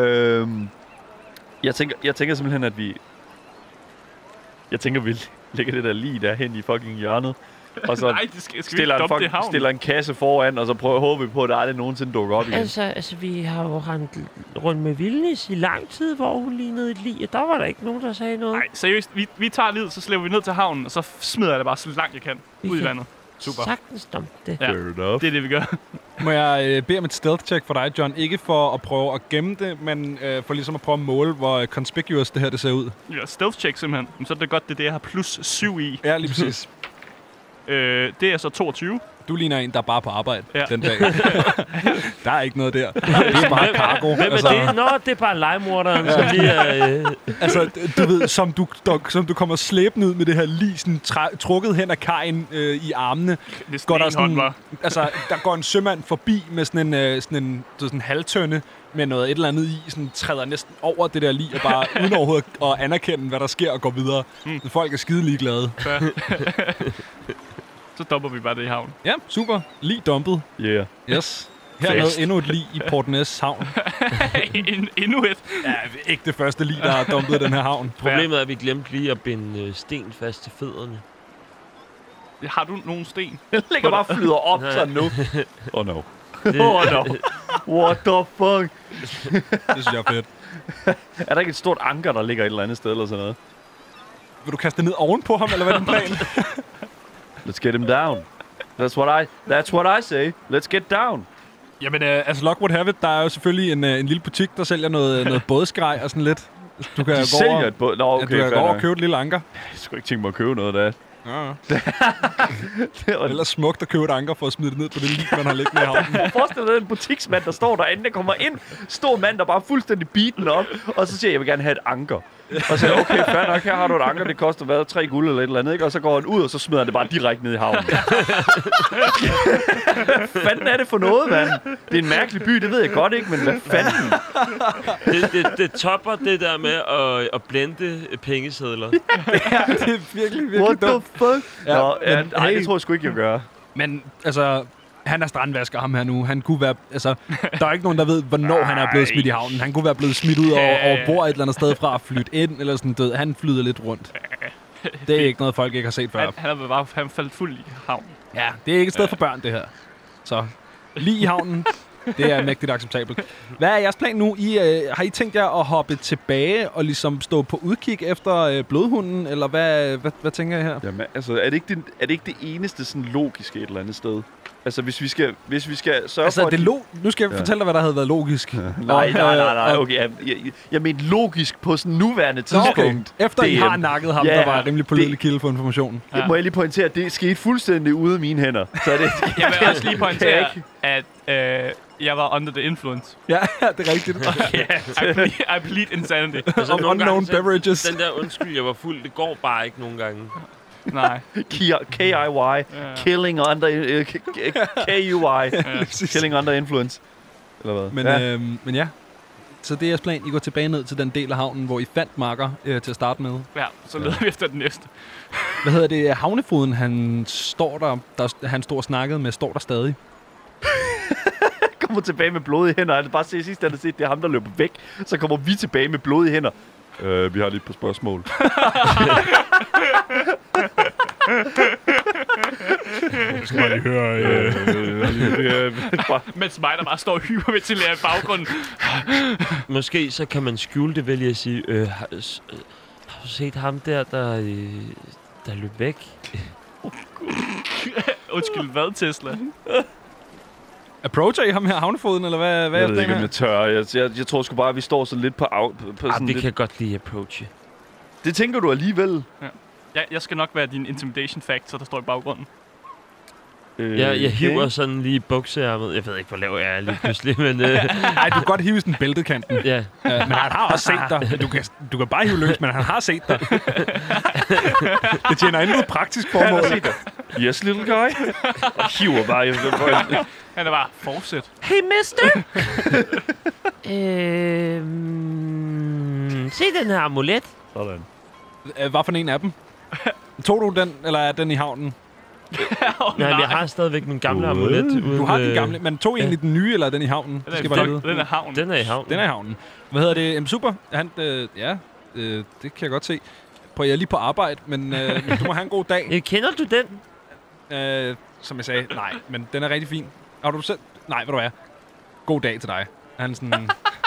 Jeg tænker simpelthen, at vi... Jeg tænker, vi lægger det der lige derhen i fucking hjørnet. Og så Nej, det skal vi ikke dumpe det i havnen. stiller en kasse foran, og så håber vi på, at det aldrig nogensinde dukker op igen. Altså, vi har jo rendt rundt med Vilnis i lang tid, hvor hun lignede et lig, og der var der ikke nogen, der sagde noget. Nej, seriøst. Vi tager livet, så slæber vi ned til havnen, og så smider jeg det bare så langt jeg kan ud i vandet. Super. Sagtens dumpe det. Ja, det er det, vi gør. Må jeg bede om et stealth check for dig, John? Ikke for at prøve at gemme det, men for ligesom at prøve at måle, hvor conspicuous det her det ser ud. Ja, stealth check simpelthen. Men så er det godt, det er det, jeg har plus 7 i. Ja, lige præcis. Det er så 22. Du ligner en, der er bare på arbejde den dag. Der er ikke noget der. Det er bare cargo. Hvem er det? Nå, det er bare legemorderen, som lige er... Altså, du ved, som du kommer slæbende ud med det her lig, sådan trukket hen af kajen i armene. Går der sådan, altså, der går en sømand forbi med sådan en halvtønde med noget et eller andet i, sådan træder næsten over det der lig, og bare uden overhovedet at anerkende, hvad der sker, og går videre. Folk er skide ligeglade. Så dumper vi bare det i havn. Ja, super. Lig dumpet. Yeah. Yes. Her er noget endnu et lig i Port Ness havn. Endnu et? Ja, ikke det første lig, der har dumpet den her havn. Problemet er, at vi glemte lige at binde sten fast til fødderne. Har du nogen sten? Den ligger bare og flyder op sådan nu. Oh no. Oh no. What the fuck? Det synes jeg er fedt. Er der ikke et stort anker, der ligger et eller andet sted eller sådan noget? Vil du kaste det ned oven på ham, eller hvad er din plan? Let's get him down. That's what I say. Let's get down. Jamen, altså Lockwood have it, der er jo selvfølgelig en lille butik, der sælger noget bådskrej og sådan lidt. Du kan sælger et båd? Nå, okay. Du kan gå over og købe et lille anker. Jeg skulle ikke tænke mig at købe noget af det. Ja. Det er ellers smukt at købe et anker for at smide det ned på det lig, man har liggende i havnen. Forestil dig en butiksmand, der står derinde, der kommer ind. Stor mand, der bare er fuldstændig beaten op. Og så siger jeg vil gerne have et anker. Og så okay, fair nok, her har du et anker, det koster 3 guld eller et eller andet, ikke? Og så går han ud, og så smider han det bare direkte ned i havnen. Hvad fanden er det for noget, mand? Det er en mærkelig by, det ved jeg godt ikke, men hvad fanden? Det topper det der med at blende pengesedler. Ja, det er virkelig What dumt. the fuck? Ja, Nå, ja, men, det tror jeg sgu ikke, jeg gør. Men altså, han er strandvasker, ham her nu. Han kunne være, altså, der er ikke nogen, der ved, hvornår han er blevet smidt i havnen. Han kunne være blevet smidt ud over bord et eller andet sted fra at flytte ind, eller sådan død. Han flyder lidt rundt. Det er ikke noget, folk ikke har set før. Han faldt fuld i havnen. Ja, det er ikke et sted for børn, det her. Så lige i havnen, det er mægtigt acceptabelt. Hvad er jeres plan nu? Har I tænkt jer at hoppe tilbage og ligesom stå på udkig efter blodhunden, eller hvad tænker I her? Jamen, altså, er det ikke det eneste sådan logiske et eller andet sted? Altså, hvis vi skal sørge altså, for... Det nu skal jeg fortælle dig, hvad der havde været logisk. Nej. Okay, jeg mener logisk på sådan nuværende tidspunkt. Okay. Efter I har nakket ham, der var rimelig pålidelig kilde for informationen. Det må jeg lige pointere, at det skete fuldstændig ude af mine hænder. Så det, jeg vil også lige pointere, at jeg var under the influence. Ja, det er rigtigt. Okay. I plead insanity. Altså, unknown beverages. Den der undskyld, jeg var fuld, det går bare ikke nogen gange. Nej. KIY. Killing under... KUI. Killing under influence. Eller hvad? Men ja. Så det er jeres plan. I går tilbage ned til den del af havnen, hvor I fandt marker til at starte med. Ja, så leder vi efter den næste. Hvad hedder det? Havnefoden, han står der han stod og snakkede med, står der stadig. Kommer tilbage med blod i hænder. Jeg bare se sidst, at det er ham, der løber væk. Så kommer vi tilbage med blod i hænder. Vi har lige et par spørgsmål. Jeg skal bare lige høre... Mens mig, der bare står og hyper ved til at i baggrunden. Måske så kan man skjule det, vil jeg sige. Har du set ham der løb væk? Undskyld, hvad, Tesla? Approacher I ham her havnefoden, eller hvad? Jeg ved ikke, om jeg tør. Jeg tror sgu bare, at vi står så lidt på sådan vi lidt... kan godt lige approache. Det tænker du alligevel? Ja. Jeg skal nok være din intimidation factor, der står i baggrunden. Jeg hiver sådan lige bukseærmet. Jeg ved ikke, hvor lav jeg er lige pludselig, men... Nej, du kan godt hive sådan bæltekanten. Ja. Men han har også set dig. Du kan bare hive løs, men han har set dig. Det tjener endnu praktisk formål. Yes, little guy. Og hiver bare. Han er bare fortsæt. Hey, mister! Se den her amulet. Sådan. Hvad for en af dem? Tog du den, eller er den i havnen? Nej, jeg har stadigvæk min gamle amulet. Du har den gamle, men tog egentlig den nye, eller den i havnen? Den er havnen. Den er i havnen. Den er i havnen. Hvad hedder det? Super. Det kan jeg godt se. Jeg er lige på arbejde, men du må have en god dag. Kender du den? Som jeg sagde, nej, men den er rigtig fin. Har du selv... Nej, ved du hvad? God dag til dig. Han sådan...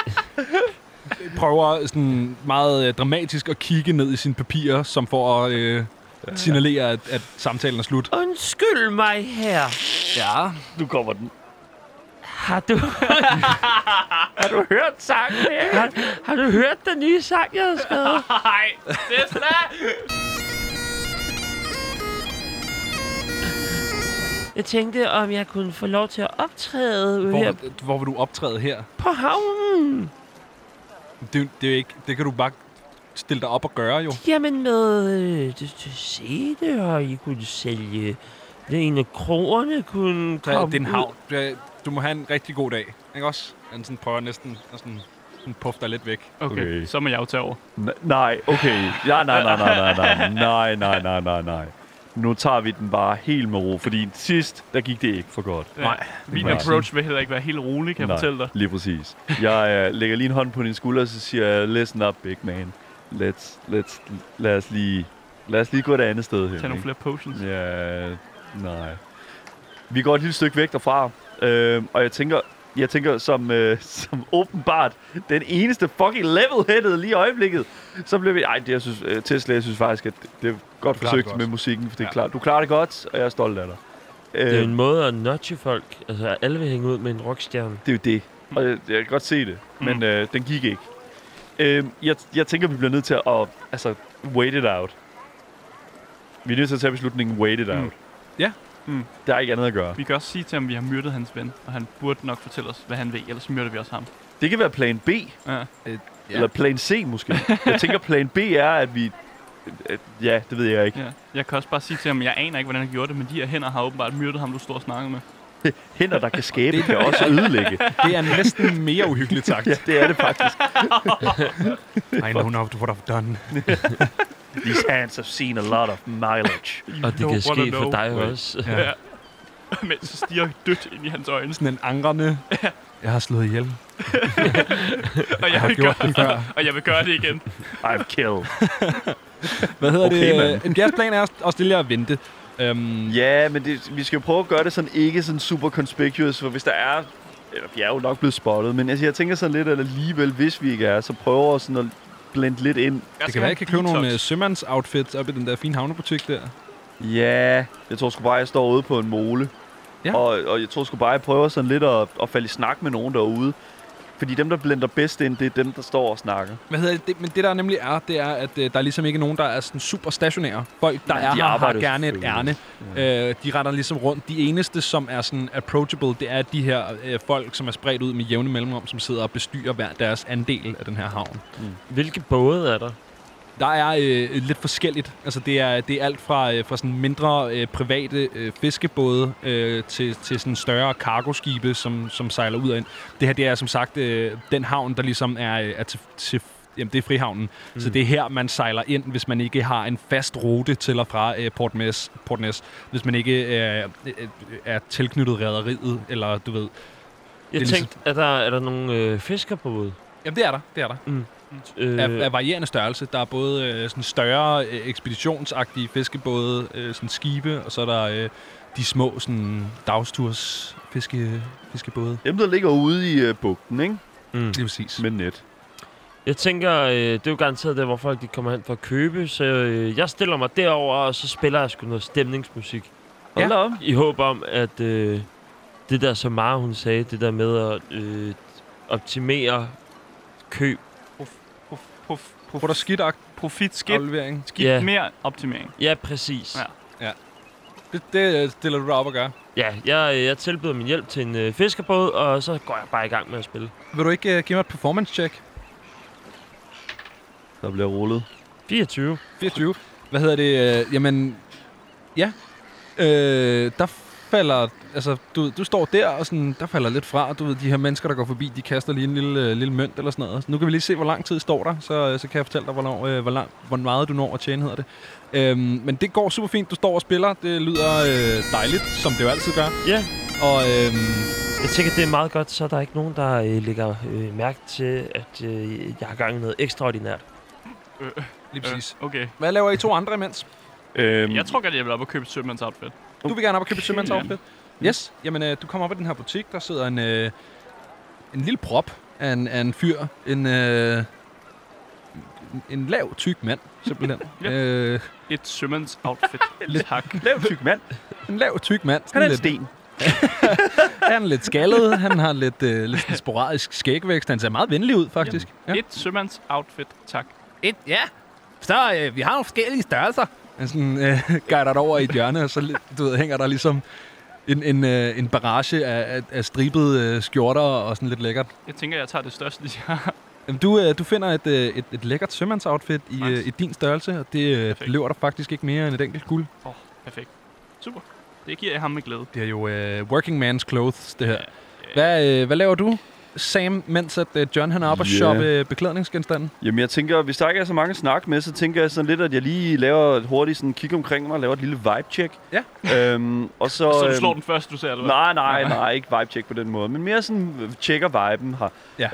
prøver sådan meget dramatisk at kigge ned i sine papirer, som for at signalere, at samtalen er slut. Undskyld mig her. Ja. Nu kommer den. Har du... har du hørt sangen her? Har du hørt den nye sang, jeg har skrevet? Nej, Tesla! Jeg tænkte, om jeg kunne få lov til at optræde her Hvor vil du optræde her? på havnen. Det er ikke... Det kan du bare stille dig op og gøre, jo. Jamen med CD, og I kunne sælge... En af kroerne kunne Det komme er en ud. havn. Du må have en rigtig god dag. Ikke også? Han sådan prøver næsten at sådan puffe dig lidt væk. Okay, så må jeg jo tage over. Nej, okay. Ja, nej. Nu tager vi den bare helt med ro, fordi sidst, der gik det ikke for godt. Ja. Nej. Min Nej. approach vil heller ikke være helt rolig, kan jeg fortælle dig. Lige præcis. Jeg lægger lige en hånd på din skulder, og så siger jeg, listen up, big man. Lad os lige gå et andet sted hen. Tag nogle flere potions. Ja, nej. Vi går et lille stykke væk derfra, og jeg tænker som åbenbart den eneste fucking level-headed lige i øjeblikket, så bliver vi... Ej, det jeg synes, Tesla, jeg synes faktisk, at det er godt forsøgt med musikken, for det er klart. Du klarer det godt, og jeg er stolt af dig. Det er en måde at nudge folk. Altså, alle vil hænge ud med en rockstjerne. Det er jo det. Og jeg kan godt se det, men den gik ikke. Jeg tænker, vi bliver nødt til at wait it out. Vi er nødt til at tage beslutningen wait it out. Ja. Der er ikke andet at gøre. Vi kan også sige til ham, at vi har myrdet hans ven, og han burde nok fortælle os, hvad han ved, ellers myrder vi også ham. Det kan være plan B, Ja. eller plan C måske. Jeg tænker, plan B er, at vi... Ja, det ved jeg ikke. Ja. Jeg kan også bare sige til ham, at jeg aner ikke, hvordan han gjorde det, men de her hænder har åbenbart myrdet ham, du står og snakker med. Hænder, der kan skabe, kan også ødelægge. Det er næsten mere uhyggeligt sagt. Ja, det er det faktisk. I know not what I've done. These hands have seen a lot of mileage. Og det kan ske for dig også. Ja. Mens så stiger dødt ind i hans øjne. Sådan en angrende. Jeg har slået ihjel. Og jeg har vil gjort gøre det før. Og jeg vil gøre det igen. I've killed. Hvad hedder Okay, det? mand. En plan er at stille jer og vente. Ja, men vi skal jo prøve at gøre det sådan ikke sådan super conspicuous, for hvis der er... Eller vi er jo nok blevet spottet, men altså, jeg tænker sådan lidt, at alligevel, hvis vi ikke er, så prøver sådan at blende lidt ind. Det kan være, jeg kan købe nogle sømandsoutfits op i den der fine havnebutik der. Ja, jeg tror sgu bare, jeg står ude på en mole. Ja. Og jeg tror sgu bare, jeg prøver sådan lidt at falde i snak med nogen derude. Fordi dem, der blender bedst ind, det er dem, der står og snakker. Hvad hedder det? Men det der nemlig er, det er, at der er ligesom ikke nogen, der er sådan super stationære. Folk, der Nej, er de her, har arbejder gerne et selvfølgelig. ærne. De retter ligesom rundt. De eneste, som er sådan approachable, det er de her folk, som er spredt ud med jævne mellemrum, som sidder og bestyrer hver deres andel af den her havn. Hvilke både er der? Der er lidt forskelligt. Altså det er alt fra sådan mindre private fiskebåde til sådan større cargoskibe, som sejler ud og ind. Det her det er som sagt den havn, der ligesom er til jamen, det er Frihavnen. Så det er her, man sejler ind, hvis man ikke har en fast rute til og fra Port Næs. Hvis man ikke er tilknyttet rederiet, eller du ved... Jeg Det er tænkte, er der nogle fiskerbåde? Jamen det er der. Af varierende størrelse. Der er både sådan større ekspeditionsagtige fiskebåde, sådan skibe, og så er der de små sådan dagsturs fiskebåde. Dem, der ligger ude i bugten, ikke? Lige præcis. Med net. Jeg tænker, det er jo garanteret der, hvor folk de kommer hen for at købe, så jeg stiller mig derover og så spiller jeg sgu noget stemningsmusik. Hold da op. I håb om, at det der, som Mara hun sagde, det der med at optimere køb. Hvor der skidt Profit, skib, aflevering. Ja. mere optimering. Ja, præcis. Ja. Det stiller du dig op og gør. Ja, jeg tilbyder min hjælp til en fiskerbåd, og så går jeg bare i gang med at spille. Vil du ikke give mig et performance check? Der bliver rullet. 24. 24. Hvad hedder det? Jamen, ja. Der falder... Altså, du står der, og sådan, der falder lidt fra. Du ved, de her mennesker, der går forbi, de kaster lige en lille mønt eller sådan noget. Så nu kan vi lige se, hvor lang tid står der. Så kan jeg fortælle dig, hvor meget du når at tjene, hedder det. Men det går super fint. Du står og spiller. Det lyder dejligt, som det jo altid gør. Ja. Og Jeg tænker, det er meget godt, så der er ikke nogen, der lægger mærke til, at jeg har gang i noget ekstraordinært. lige præcis. Okay. Hvad laver I to andre imens? Jeg tror godt, jeg vil op og købe et sømandsoutfit. Du vil gerne op og købe et sømandsoutfit? Yes. Jamen, du kommer op i den her butik. Der sidder en lille prop af en fyr. En lav, tyk mand, simpelthen. Et sømandsoutfit. Tak. Lav tyk mand. En lav, tyk mand. Han er en sten. Han er lidt skaldet. Han har lidt sådan sporadisk skægvækst. Han ser meget venlig ud, faktisk. Ja. Et sømandsoutfit. Tak. Ja. Så vi har nogle forskellige størrelser. Han sådan guider dig over i et hjørne, og så hænger der ligesom en barrage af stribede skjorter og sådan lidt lækkert. Jeg tænker, jeg tager det største, de har. Du finder et lækkert sømandsoutfit i din størrelse, og det løber der faktisk ikke mere end et enkelt guld. Perfekt. Super. Det giver jeg ham med glæde. Det er jo working man's clothes, det her. Hvad laver du, Sam, mens at John han er oppe og shoppe beklædningsgenstanden? Jamen, jeg tænker, hvis der ikke er så mange snak med, så tænker jeg sådan lidt, at jeg lige laver et hurtigt sådan kig omkring mig og laver et lille vibe-check. Ja. Og så du slår den først, du ser, eller hvad? Nej, ikke vibe-check på den måde, men mere sådan tjekker viben her. Ja.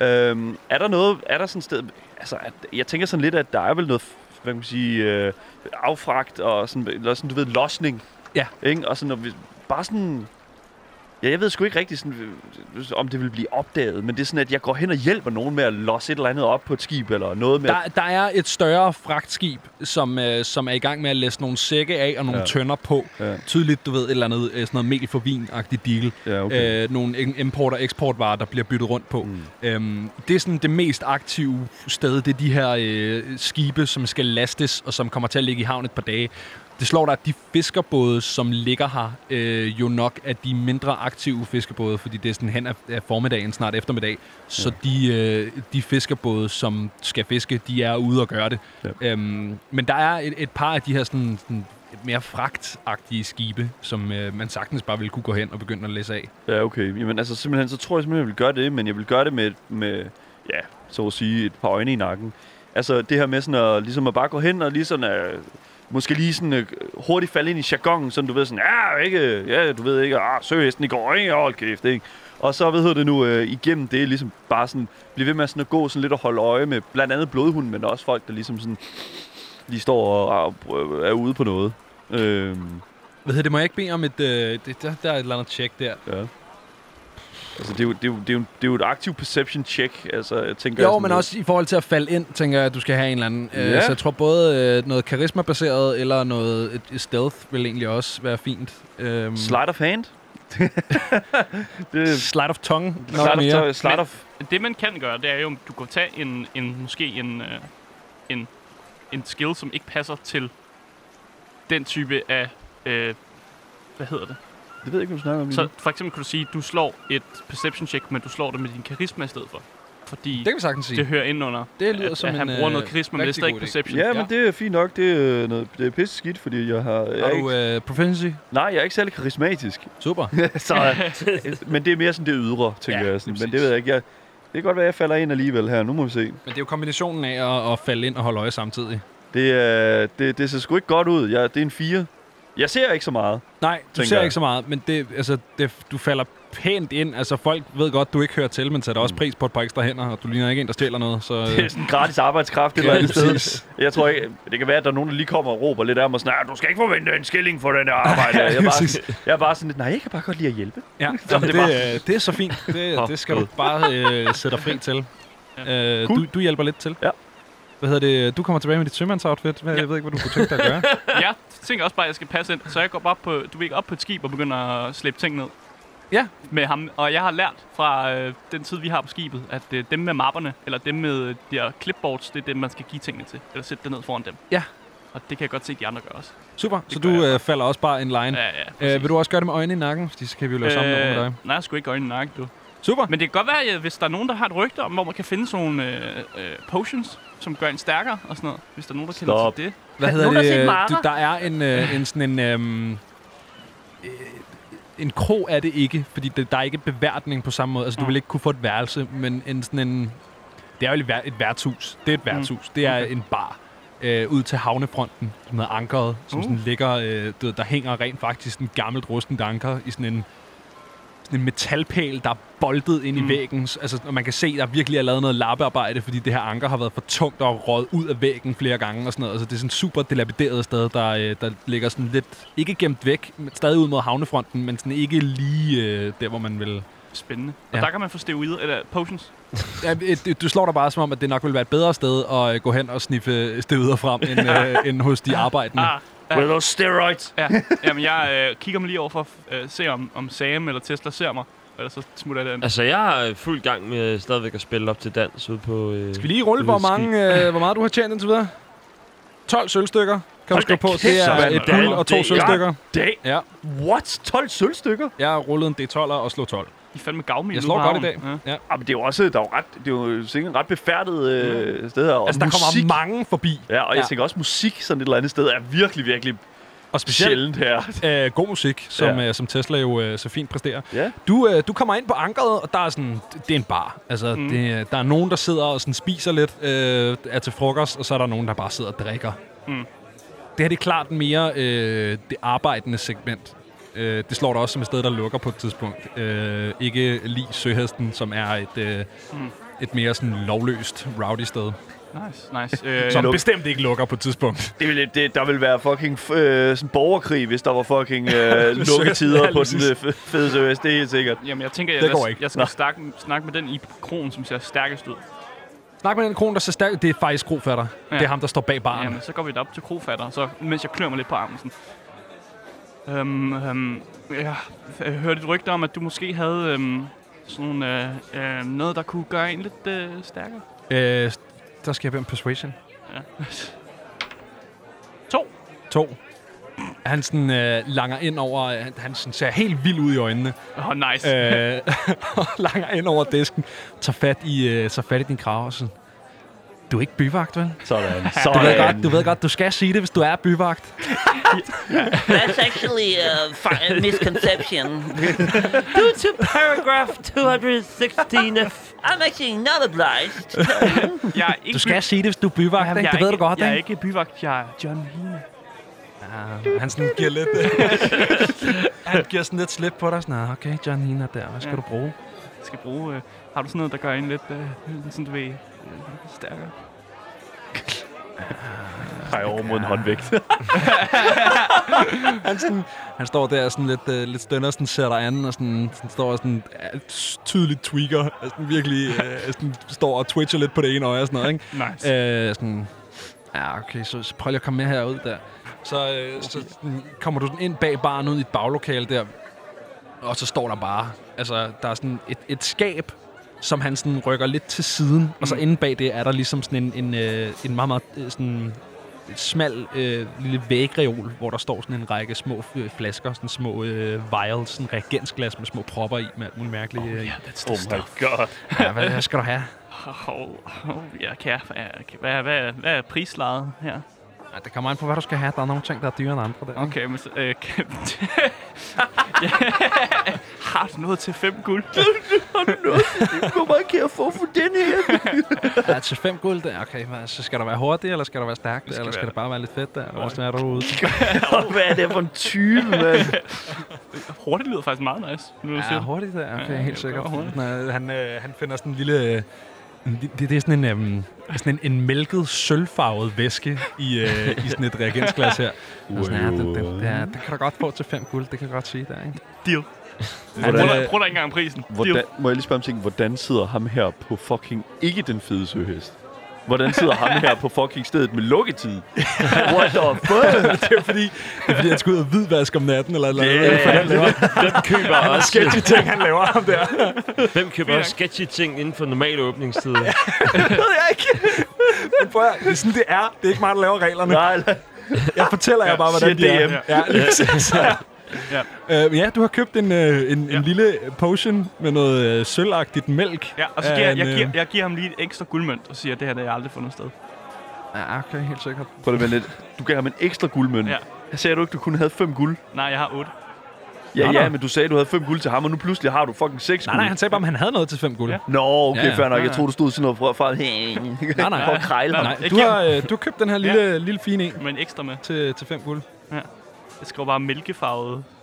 Er der sådan et sted... Altså, jeg tænker sådan lidt, at der er vel noget, hvad kan man sige, affragt og sådan, eller sådan, du ved, losning. Ja. Ikke? Og sådan, når vi bare sådan... Ja, jeg ved sgu ikke rigtig, sådan, om det vil blive opdaget, men det er sådan, at jeg går hen og hjælper nogen med at losse et eller andet op på et skib, eller noget med... Der er et større fragtskib, som er i gang med at læse nogle sække af og nogle tønder på. Ja. Tydeligt, du ved, et eller andet sådan noget mel for vin-agtigt deal. Ja, okay. Nogle import- og eksportvarer, der bliver byttet rundt på. Det er sådan det mest aktive sted. Det er de her skibe, som skal lastes, og som kommer til at ligge i havn et par dage. Det slår dig, at de fiskerbåde, som ligger her, jo nok er de mindre aktive fiskerbåde, fordi det er sådan hen af formiddagen, snart eftermiddag. Så de fiskerbåde, som skal fiske, de er ude og gøre det. Ja. Men der er et par af de her sådan mere fragtagtige skibe, som man sagtens bare vil kunne gå hen og begynde at læse af. Ja, okay. Jamen altså simpelthen, så tror jeg simpelthen, jeg vil gøre det, men jeg vil gøre det med ja, så at sige, et par øjne i nakken. Altså det her med sådan at, ligesom at bare gå hen og lige sådan måske lige sådan hurtigt falde ind i jargonen, sådan du ved sådan, du ved ikke, søhesten i går, ikke? Hold kæft, ikke? Og så, igennem det, ligesom bare sådan, blive ved med sådan at gå sådan lidt og holde øje med blandt andet blodhunden, men også folk, der ligesom sådan, lige står og er ude på noget. Det må jeg ikke bede om der er et eller andet check der. Ja. Altså, det er jo et aktiv perception check, altså, jeg tænker... Jo, men også i forhold til at falde ind, tænker jeg, at du skal have en eller anden... Så jeg tror både noget karisma-baseret, eller noget stealth vil egentlig også være fint. Sleight of hand? Sleight of tongue? Det, man kan gøre, det er jo, du kan tage en skill, som ikke passer til den type af... hvad hedder det? Det ved jeg ikke, hvad du snakker om. Så for eksempel kan du sige, at du slår et perception check, men du slår det med din karisma i stedet for. Fordi det kan vi sagtens sige. Det hører ind under, det lyder som han bruger noget karisma, men det er stadig ikke perception. Ja, men det er fint nok. Det er pisse skidt, fordi jeg har... Har du proficiency? Nej, jeg er ikke særlig karismatisk. Super. Men det er mere sådan det ydre, tænker jeg. Sådan. Men det ved jeg ikke. Det kan godt være, at jeg falder ind alligevel her. Nu må vi se. Men det er jo kombinationen af at falde ind og holde øje samtidig. Det ser sgu ikke godt ud. Det er en 4. Jeg ser ikke så meget. Nej, du ser ikke så meget, men du falder pænt ind. Altså, folk ved godt, du ikke hører til, men sætter også pris på et par ekstra hænder, og du ligner ikke en, der stjæler noget. Så, det er sådan en gratis arbejdskraft et eller andet sted. Jeg tror ikke, det kan være, at der er nogen, der lige kommer og råber lidt af mig og sådan, du skal ikke forvente en skilling for den her arbejde. Jeg er bare sådan lidt, nej, jeg kan bare godt lide at hjælpe. Ja, det er så fint. Det skal du bare sætte dig fri til. Cool. Du hjælper lidt til. Ja. Du kommer tilbage med dit sømandsoutfit. Jeg ved ikke, hvad du kunne tænke dig at gøre. Jeg tænker også bare, at jeg skal passe ind. Så jeg går bare op på et skib og begynder at slæbe ting ned. Ja. Med ham. Og jeg har lært fra den tid, vi har på skibet, at dem med mapperne, eller dem med de her clipboards, det er dem, man skal give tingene til. Eller sætte det ned foran dem. Ja. Og det kan jeg godt se, de andre gør også. Super. Så du falder også bare in line. Ja, vil du også gøre det med øjnene i nakken? Fordi så kan vi jo lave sammen med dig. Nej, jeg skulle ikke øjne i nakken, du. Super. Men det kan godt være, hvis der er nogen, der har et rygte om, hvor man kan finde sådan nogle potions, som gør en stærkere og sådan noget. Hvis der er nogen, der kender til det. Hvad hedder det? Der er en sådan en krog er det ikke, fordi der er ikke beværtning på samme måde. Altså, du vil ikke kunne få et værelse, men det er jo et værtshus. Det er et værtshus. Det er en bar ud til havnefronten, som hedder Ankeret, som sådan ligger, der hænger rent faktisk en gammelt rustent anker i sådan en metalpæl, der er boltet ind i væggen. Altså, og man kan se, der virkelig er lavet noget lappearbejde, fordi det her anker har været for tungt og røget ud af væggen flere gange og sådan noget. Altså, det er sådan et super dilapideret sted, der ligger sådan lidt, ikke gemt væk, men stadig ud mod havnefronten, men sådan ikke lige der, hvor man vil... Spændende. Og der kan man få steroider, eller potions. Ja, du slår dig bare som om, at det nok vil være et bedre sted at gå hen og sniffe steroider frem, end hos de arbejdende. With those steroids. Ja. Jamen, jeg kigger mig lige over for at se, om Sam eller Tesla ser mig. Eller så smutter jeg den. Altså, jeg er fuld gang med stadigvæk at spille op til dans ude på... Skal vi lige rulle, hvor meget du har tjent indtil videre? 12 sølvstykker. Kan du skrive på? Det er et guld og 2 sølvstykker. Ja. What? 12 sølvstykker? Jeg har rullet en D12'er og slået 12. I er fandme gavmild. Jeg slår godt i dag. Ja. Men det er jo også, det er jo sikkert ret befærdet sted her. Og altså, der musik. kommer mange forbi. Ja, og jeg tænker også, musik sådan et eller andet sted er virkelig, virkelig og specielt sjældent her. God musik, som Tesla jo så fint præsterer. Ja. Du kommer ind på ankeret, og der er sådan, det er en bar. Altså, der er nogen, der sidder og sådan spiser lidt, er til frokost, og så er der nogen, der bare sidder og drikker. Det her det er klart mere det arbejdende segment. Det slår der også som et sted, der lukker på et tidspunkt. Ikke lige Søhesten, som er et mere sådan lovløst, rowdy sted. Nice. Som bestemt ikke lukker på et tidspunkt. Der vil være fucking sådan borgerkrig, hvis der var fucking lukketider på den fede Søs. Det er helt sikkert. Jamen, jeg tænker, jeg skal snakke med den i kronen, som ser stærkest ud. Snak med den kron, der ser stærkt. Det er faktisk krofatter. Ja. Det er ham, der står bag baren. Jamen, så går vi op til krofatter, så mens jeg klør mig lidt på armen. Sådan. Jeg hørte et rygte om, at du måske havde sådan noget, der kunne gøre en lidt stærkere. Der skal jeg være en persuasion. Ja. 2. Han sådan langer ind over... Han sådan ser helt vild ud i øjnene. Nice. Langer ind over disken. Tager fat i din krave og sådan... Du er ikke byvagt, vel? Sådan. Du ved godt, du skal sige det, hvis du er byvagt. That's actually a misconception. Due to paragraph 216 I'm actually not obliged. Du skal sige det, hvis du er byvagt, ikke? Det ved du godt, ikke? Jeg er ikke byvagt, jeg er John Hine. Han sådan giver lidt... han giver sådan lidt slip på dig. Sådan, okay, John Hine der. Hvad skal du bruge? Jeg skal bruge... har du sådan noget, der gør en lidt sådan, du ved, stærkere? Hej over mod en håndvægt. Han står der sådan lidt stønner, sådan ser dig an, og sådan står og sådan tydeligt tweaker, sådan virkelig sådan står og twitcher lidt på det ene øje og sådan noget, ikke? Nice. Sådan, ja, okay, så prøv lige at komme med herud der. Så kommer du sådan ind bag baren ud i et baglokale der, og så står der bare, altså der er sådan et skab, som han sådan rykker lidt til siden, og så inde bag det er der ligesom sådan en meget, meget sådan et smal lille vægreol, hvor der står sådan en række små flasker, sådan små vials, sådan reagensglas med små propper i, med alt muligt mærkeligt. Oh my god. Ja, hvad skal du have? Hvad er prislaget her? Ja, det kommer an på, hvad du skal have. Der er nogle ting, der er dyrere end andre der. Okay, men har du noget til 5 guld? Hvor meget kan jeg få for den her? Ja, til 5 guld der. Okay, så skal der være hurtigt, eller skal der være stærkt, eller skal det bare være lidt fedt der? Hvad er der ude? Hvad er det for en type, mand? Hurtigt lyder faktisk meget nice. Ja, hurtigt der. Okay, helt sikkert. Han finder sådan en lille... Det er sådan en mælket, sølvfarvet væske i sådan et reagensglas her. Det kan du godt få til 5 guld, det kan jeg godt sige der, ikke? Deal. Prøv da ikke engang prisen. Må jeg lige spørge om ting? Hvordan sidder ham her på fucking ikke den fede søhest? Hvordan sidder ham her på fucking stedet med lukketid? What the fuck? Det er fordi han skal ud og hvidvaske om natten, eller Hvem køber også sketchy ting, han laver ham der. Hvem køber også sketchy ting inden for normale åbningstider? Det ved jeg ikke. Men prøv at, det er sådan, det er. Det er ikke mig, der laver reglerne. Nej. Jeg fortæller jer bare, hvordan de er. Ja, lige præcis. Ja, du har købt en lille potion med noget sølvagtigt mælk. Ja, og så jeg giver ham lige et ekstra guldmønt og siger, at det her det har jeg aldrig fundet sted. Ja, okay, helt sikkert. Prøv det lidt. Du gav ham en ekstra guldmønt. Ja. Sagde du ikke, du kun havde 5 guld? Nej, jeg har 8. Ja, men du sagde, du havde 5 guld til ham, og nu pludselig har du fucking 6 guld. Nej, han sagde bare, om han havde noget til 5 guld. Ja. Nå, okay, fair nok. Jeg troede, du stod sådan noget fra Nej. For at krejle ham. Nej, du har købt den her lille fine en. Med en ekstra med. Til 5 guld. Ja. Jeg skriver bare mælkefarvet.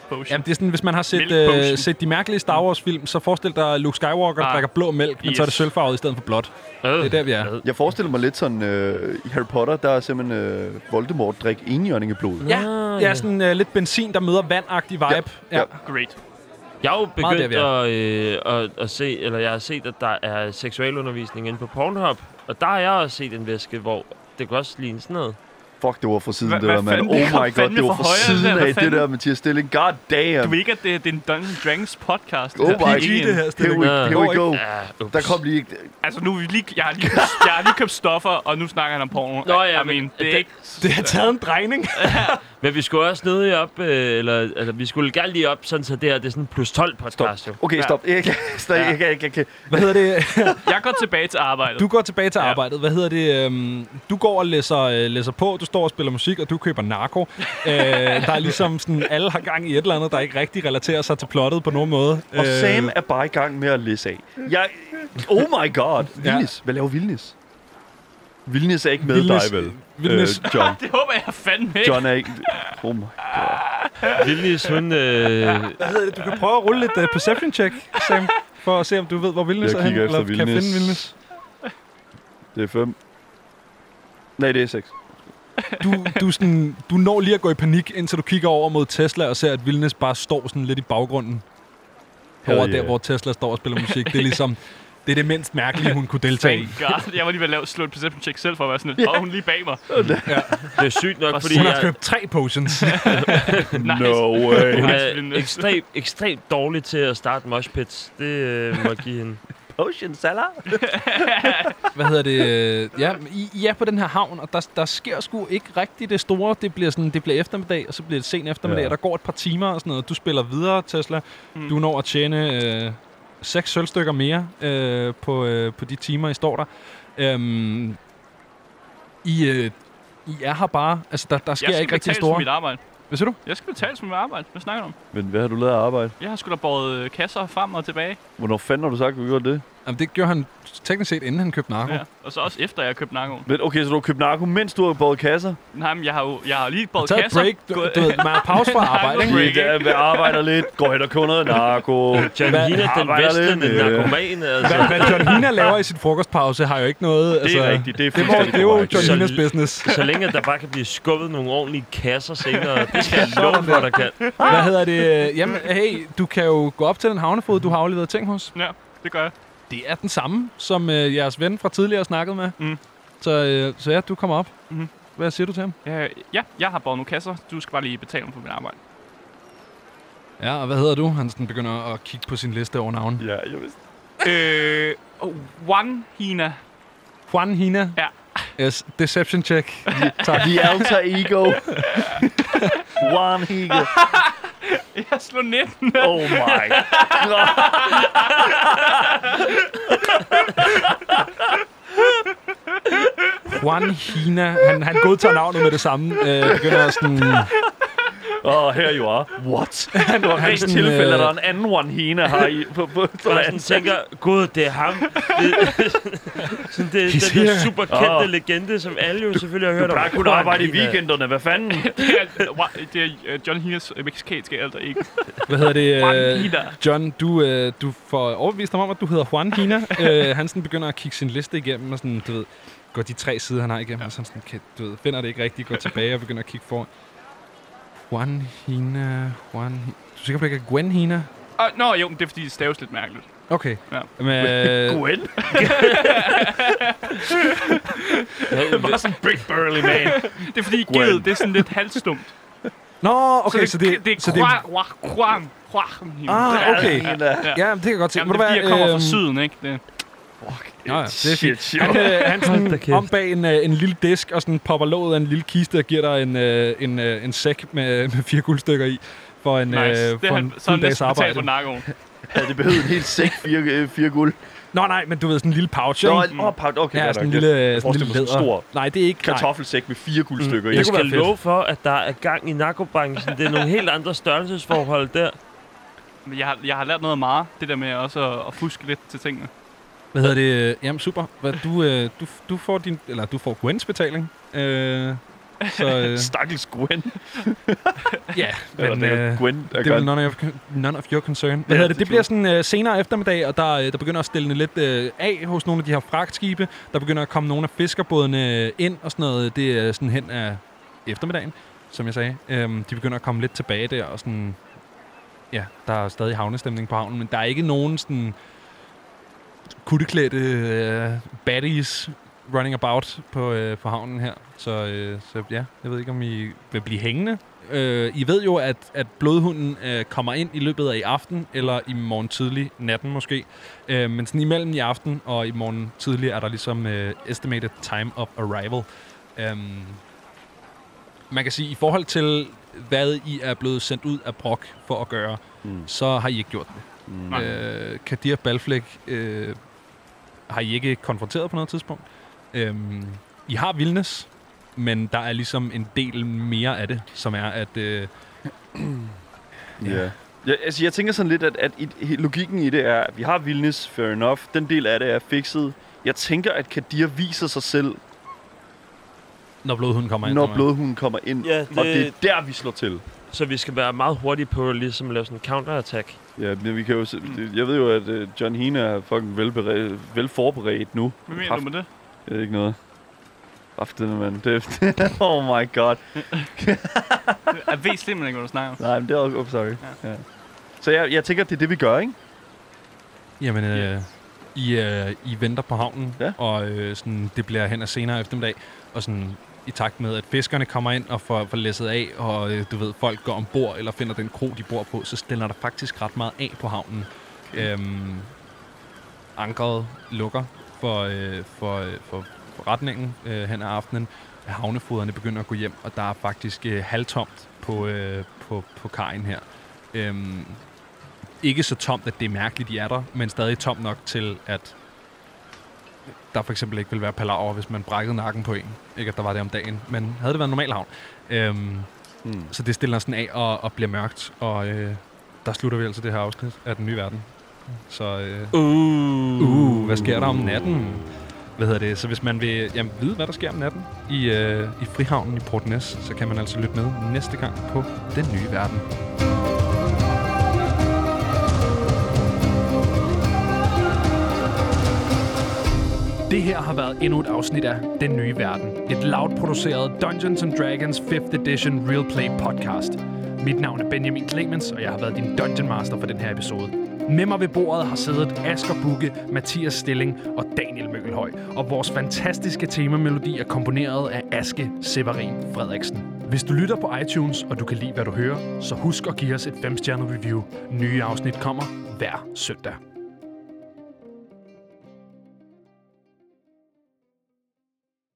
potion. Jamen, det er sådan, hvis man har Milk potion. set de mærkelige Star Wars-film, så forestil dig Luke Skywalker drikker blå mælk, men så er det sølvfarvet i stedet for blåt. Det er der, vi er. Jeg forestiller mig lidt sådan, i Harry Potter, der er simpelthen Voldemort drikke enhjørning af blod. Ja, sådan lidt benzin, der møder vandagtig vibe. Ja. Great. Jeg har jo Meget begyndt at se, eller jeg har set, at der er seksualundervisning inde på Pornhub. Og der har jeg også set en væske, hvor det kan også ligne sådan noget. Fuck, det var fra siden, Hvad det der, mand. fanden? Oh Det kom my god, fandme det var fra fra højre, siden hvad af det fanden? der, Mathias Stilling. God damn. Du ved ikke, at det er en Dungeons Dragons podcast? Oh my god. det her stilling. Here we go. Ja, ups. Der kom lige... Altså, nu er vi lige... Jeg har lige købt stoffer, og nu snakker han om porno. Nå ja, I mean, det er det- ikke... Det har taget en drejning. Men vi skulle også nede op, eller vi skulle gerne lige op, sådan så det er sådan plus 12 podcast. Jo. Okay, stop. Jeg kan... Hvad hedder det? Jeg går tilbage til arbejdet. Du går tilbage til Ja. arbejdet. Hvad hedder det? Du går og læser på, du står og spiller musik, og du køber narko. Der er ligesom sådan, alle har gang i et eller andet, der ikke rigtig relaterer sig til plottet på nogen måde. Og Sam er bare i gang med at læse af. Oh my god. Vildnis. Hvad laver Vildnis? Vildnis er ikke med Vildnis- dig, vel? Vildnis- John. Det håber jeg fandme ikke. John er ikke... Oh my god. Vildnis, hun... Hvad hedder det? Du kan prøve at rulle lidt perception check, Sam, for at se, om du ved, hvor Vildnis Jeg er henne. kigger efter Eller kan Vildnis. finde Vildnis. Det er 5. Nej, det er 6. Du når lige at gå i panik, indtil du kigger over mod Tesla og ser, at Vildnis bare står sådan lidt i baggrunden. Hell Over yeah. der, hvor Tesla står og spiller musik. Det er ligesom... Det er det mindst mærkelige, hun kunne deltage i. Thank God. Jeg var lige ved at slå et perception check selv for at være sådan lidt. Hun lige bag mig. Det er sygt nok, fordi Hun har jeg købt 3 potions. Nice. No way. hun Vildnis. er ekstremt dårlig til at starte moshpits. Det må jeg give hende. Potion salad. Hvad hedder det? Ja, I er på den her havn, og der sker sgu ikke rigtig det store. Det bliver eftermiddag, og så bliver det sen eftermiddag, og der går et par timer og sådan noget. Du spiller videre, Tesla. Du når at tjene 6 sølvstykker mere på de timer, I står der. I er her bare. Altså, der sker ikke rigtig det for store. mit arbejde. Hvad siger du? Jeg skal betales for mit arbejde. Hvad snakker du om? Men hvad har du lavet af arbejde? Jeg har sgu da båret kasser frem og tilbage. Hvornår fanden har du sagt, at du gjorde det? Jamen, det gjorde han teknisk set, inden han købte narko. Ja. Og så også efter, jeg har købt narkoen. Men okay, så du har købt narko, mens du har båret kasser? Nej, men jeg har lige båret Tag et kasser. break. Du ved, man har pause fra arbejde, ikke? Break, ikke? Vi arbejder lidt, går hen og køber noget narko. John Hvad- Hina, den arbejder bedste, lidt den med- narkoman, altså. Hvad John Hina laver i sin frokostpause, har jo ikke noget... Det er rigtigt, det er Det er fuldstændig jo korrekt. John Så- Hinas business. Så længe at der bare kan blive skubbet nogle ordentlige kasser senere, det skal jeg love for, der kan. Hvad hedder det? Jamen, hey, du kan jo gå op til den havnefod, du har afleveret ting hos. Ja, det gør jeg. Det er den samme, som jeres ven fra tidligere snakkede med. Mm. Så ja, du kommer op. Mhm. Hvad siger du til ham? Ja, jeg har båret nogle kasser. Du skal bare lige betale mig for mit arbejde. Ja, og hvad hedder du? Han sådan begynder at kigge på sin liste over navn. Ja, jeg vidste. One Hina. Juan Hina. Ja. Yes, deception check. Tak. The alter ego. One ego. Jeg slår 19. Oh my god. Juan Hina. Han godtager navnet med det samme. Begynder sådan... Here you are. What? Det var rent sådan, tilfælde, at der er en anden one hina her i på Og sådan tænker, gud, det er ham. Det er He's den der here. super kendte legende, som alle jo selvfølgelig har hørt Du om. plejer kun at arbejde i weekenderne. Hvad fanden? Det er John Hinas mexikanske alter ikke. Hvad hedder det? Juan Hina. John, du får overbevist ham om, at du hedder Juan Hina. Han sådan begynder at kigge sin liste igennem, og sådan, du ved, går de 3 sider, han har igennem, og sådan, du ved, finder det ikke rigtigt, går tilbage og begynder at kigge foran. Juan Hina, Du er sikker på, at det ikke er Gwen Hina? Nå, jo, men det er fordi, det staves lidt mærkeligt. Okay. Ja. Men, Gwen? Bare sådan big burly man. Det er fordi, Gwen. G'et, det er sådan lidt halvstumt. Nå, okay, så det er Juan. okay. Ja. Ja, det kan jeg godt se. Jamen, det er fordi, jeg kommer fra syden, ikke? Det. Ja, det er fint. Shit. Han sådan Hold da kæft. om bag en lille disk og sådan popper låget af en lille kiste og giver dig en sæk med 4 guldstykker i for en, Nice. Det for er en så fuld dags næsten betalt arbejde. for narkoen. Ja, det behøvede en helt sæk 4 guld. Nå nej, men du ved, sådan en lille pouch, Nå, ikke? okay. Ja, sådan en lille læder. Stor Nej, det er ikke... kartoffelsæk med 4 guldstykker i. Jeg Det kunne skal være fedt. love for, at der er gang i narkobranchen. Det er nogle helt andre størrelsesforhold der. Men jeg har lært noget af meget. Det der med også at fuske lidt til tingene. Hvad hedder det? Jamen, super. Du får din... Eller du får Gwens betaling. Så, Stakkels Gwen. Ja, Eller men det er Gwen, der det er vel gør. none of your concern. Hvad hedder det? Det bliver sådan senere eftermiddag, og der begynder at stille lidt af hos nogle af de her fragtskibe. Der begynder at komme nogle af fiskerbådene ind og sådan noget. Det er sådan hen af eftermiddagen, som jeg sagde. De begynder at komme lidt tilbage der, og sådan... Ja, der er stadig havnestemning på havnen, men der er ikke nogen sådan kutteklædte baddies running about på havnen her. Så ja, jeg ved ikke, om I vil blive hængende. I ved jo, at blodhunden kommer ind i løbet af i aften, eller i morgen tidlig, natten måske. Men sådan imellem i aften og i morgen tidlig er der ligesom estimated time of arrival. Man kan sige, i forhold til, hvad I er blevet sendt ud af Brok for at gøre, så har I ikke gjort det. Kadir Balflæk har I ikke konfronteret på noget tidspunkt. I har vildness, men der er ligesom en del mere af det, som er, at... Ja. Jeg tænker sådan lidt, at logikken i det er, at vi har vildness, fair enough. Den del af det er fikset. Jeg tænker, at Kadir viser sig selv, når blodhunden kommer ind. Når blodhunden kommer ind. Ja, og det er der, vi slår til. Så vi skal være meget hurtige på ligesom at lave sådan en counter-attack. Ja, men vi kan jo... Jeg ved jo, at John Hina er fucking velforberedt nu. Hvad mener du med det? Det er ikke noget. Aften, mand. Oh my god. Jeg ved simpelthen ikke, hvad du snakker om. Nej, men det er også... sorry. Ja. Så jeg tænker, at det er det, vi gør, ikke? Jamen, I venter på havnen, ja. Og sådan, det bliver hen ad senere eftermiddag, og sådan i takt med, at fiskerne kommer ind og får læsset af, og du ved, folk går ombord eller finder den kro, de bor på, så stiller der faktisk ret meget af på havnen. Okay. Ankeret lukker for forretningen hen ad aftenen. Havnefoderne begynder at gå hjem, og der er faktisk halvtomt på kajen her. Ikke så tomt, at det er mærkeligt, de er der, men stadig tomt nok til, at der for eksempel ikke vil være palaver, hvis man brækkede nakken på en. Ikke at der var det om dagen, men havde det været en normal havn. Så det stiller sådan af og bliver mørkt, og der slutter vi altså det her afsnit af Den Nye Verden. Så hvad sker der om natten? Hvad hedder det? Så hvis man vil vide, hvad der sker om natten i Frihavnen i Portnes, så kan man altså lytte med næste gang på Den Nye Verden. Det her har været endnu et afsnit af Den Nye Verden. Et loud-produceret Dungeons & Dragons 5th Edition Real Play podcast. Mit navn er Benjamin Clemens, og jeg har været din Dungeon Master for den her episode. Med mig ved bordet har siddet Asger Bugge, Mathias Stilling og Daniel Møgelhøj. Og vores fantastiske temamelodi er komponeret af Aske Severin Frederiksen. Hvis du lytter på iTunes, og du kan lide, hvad du hører, så husk at give os et 5-stjernet review. Nye afsnit kommer hver søndag.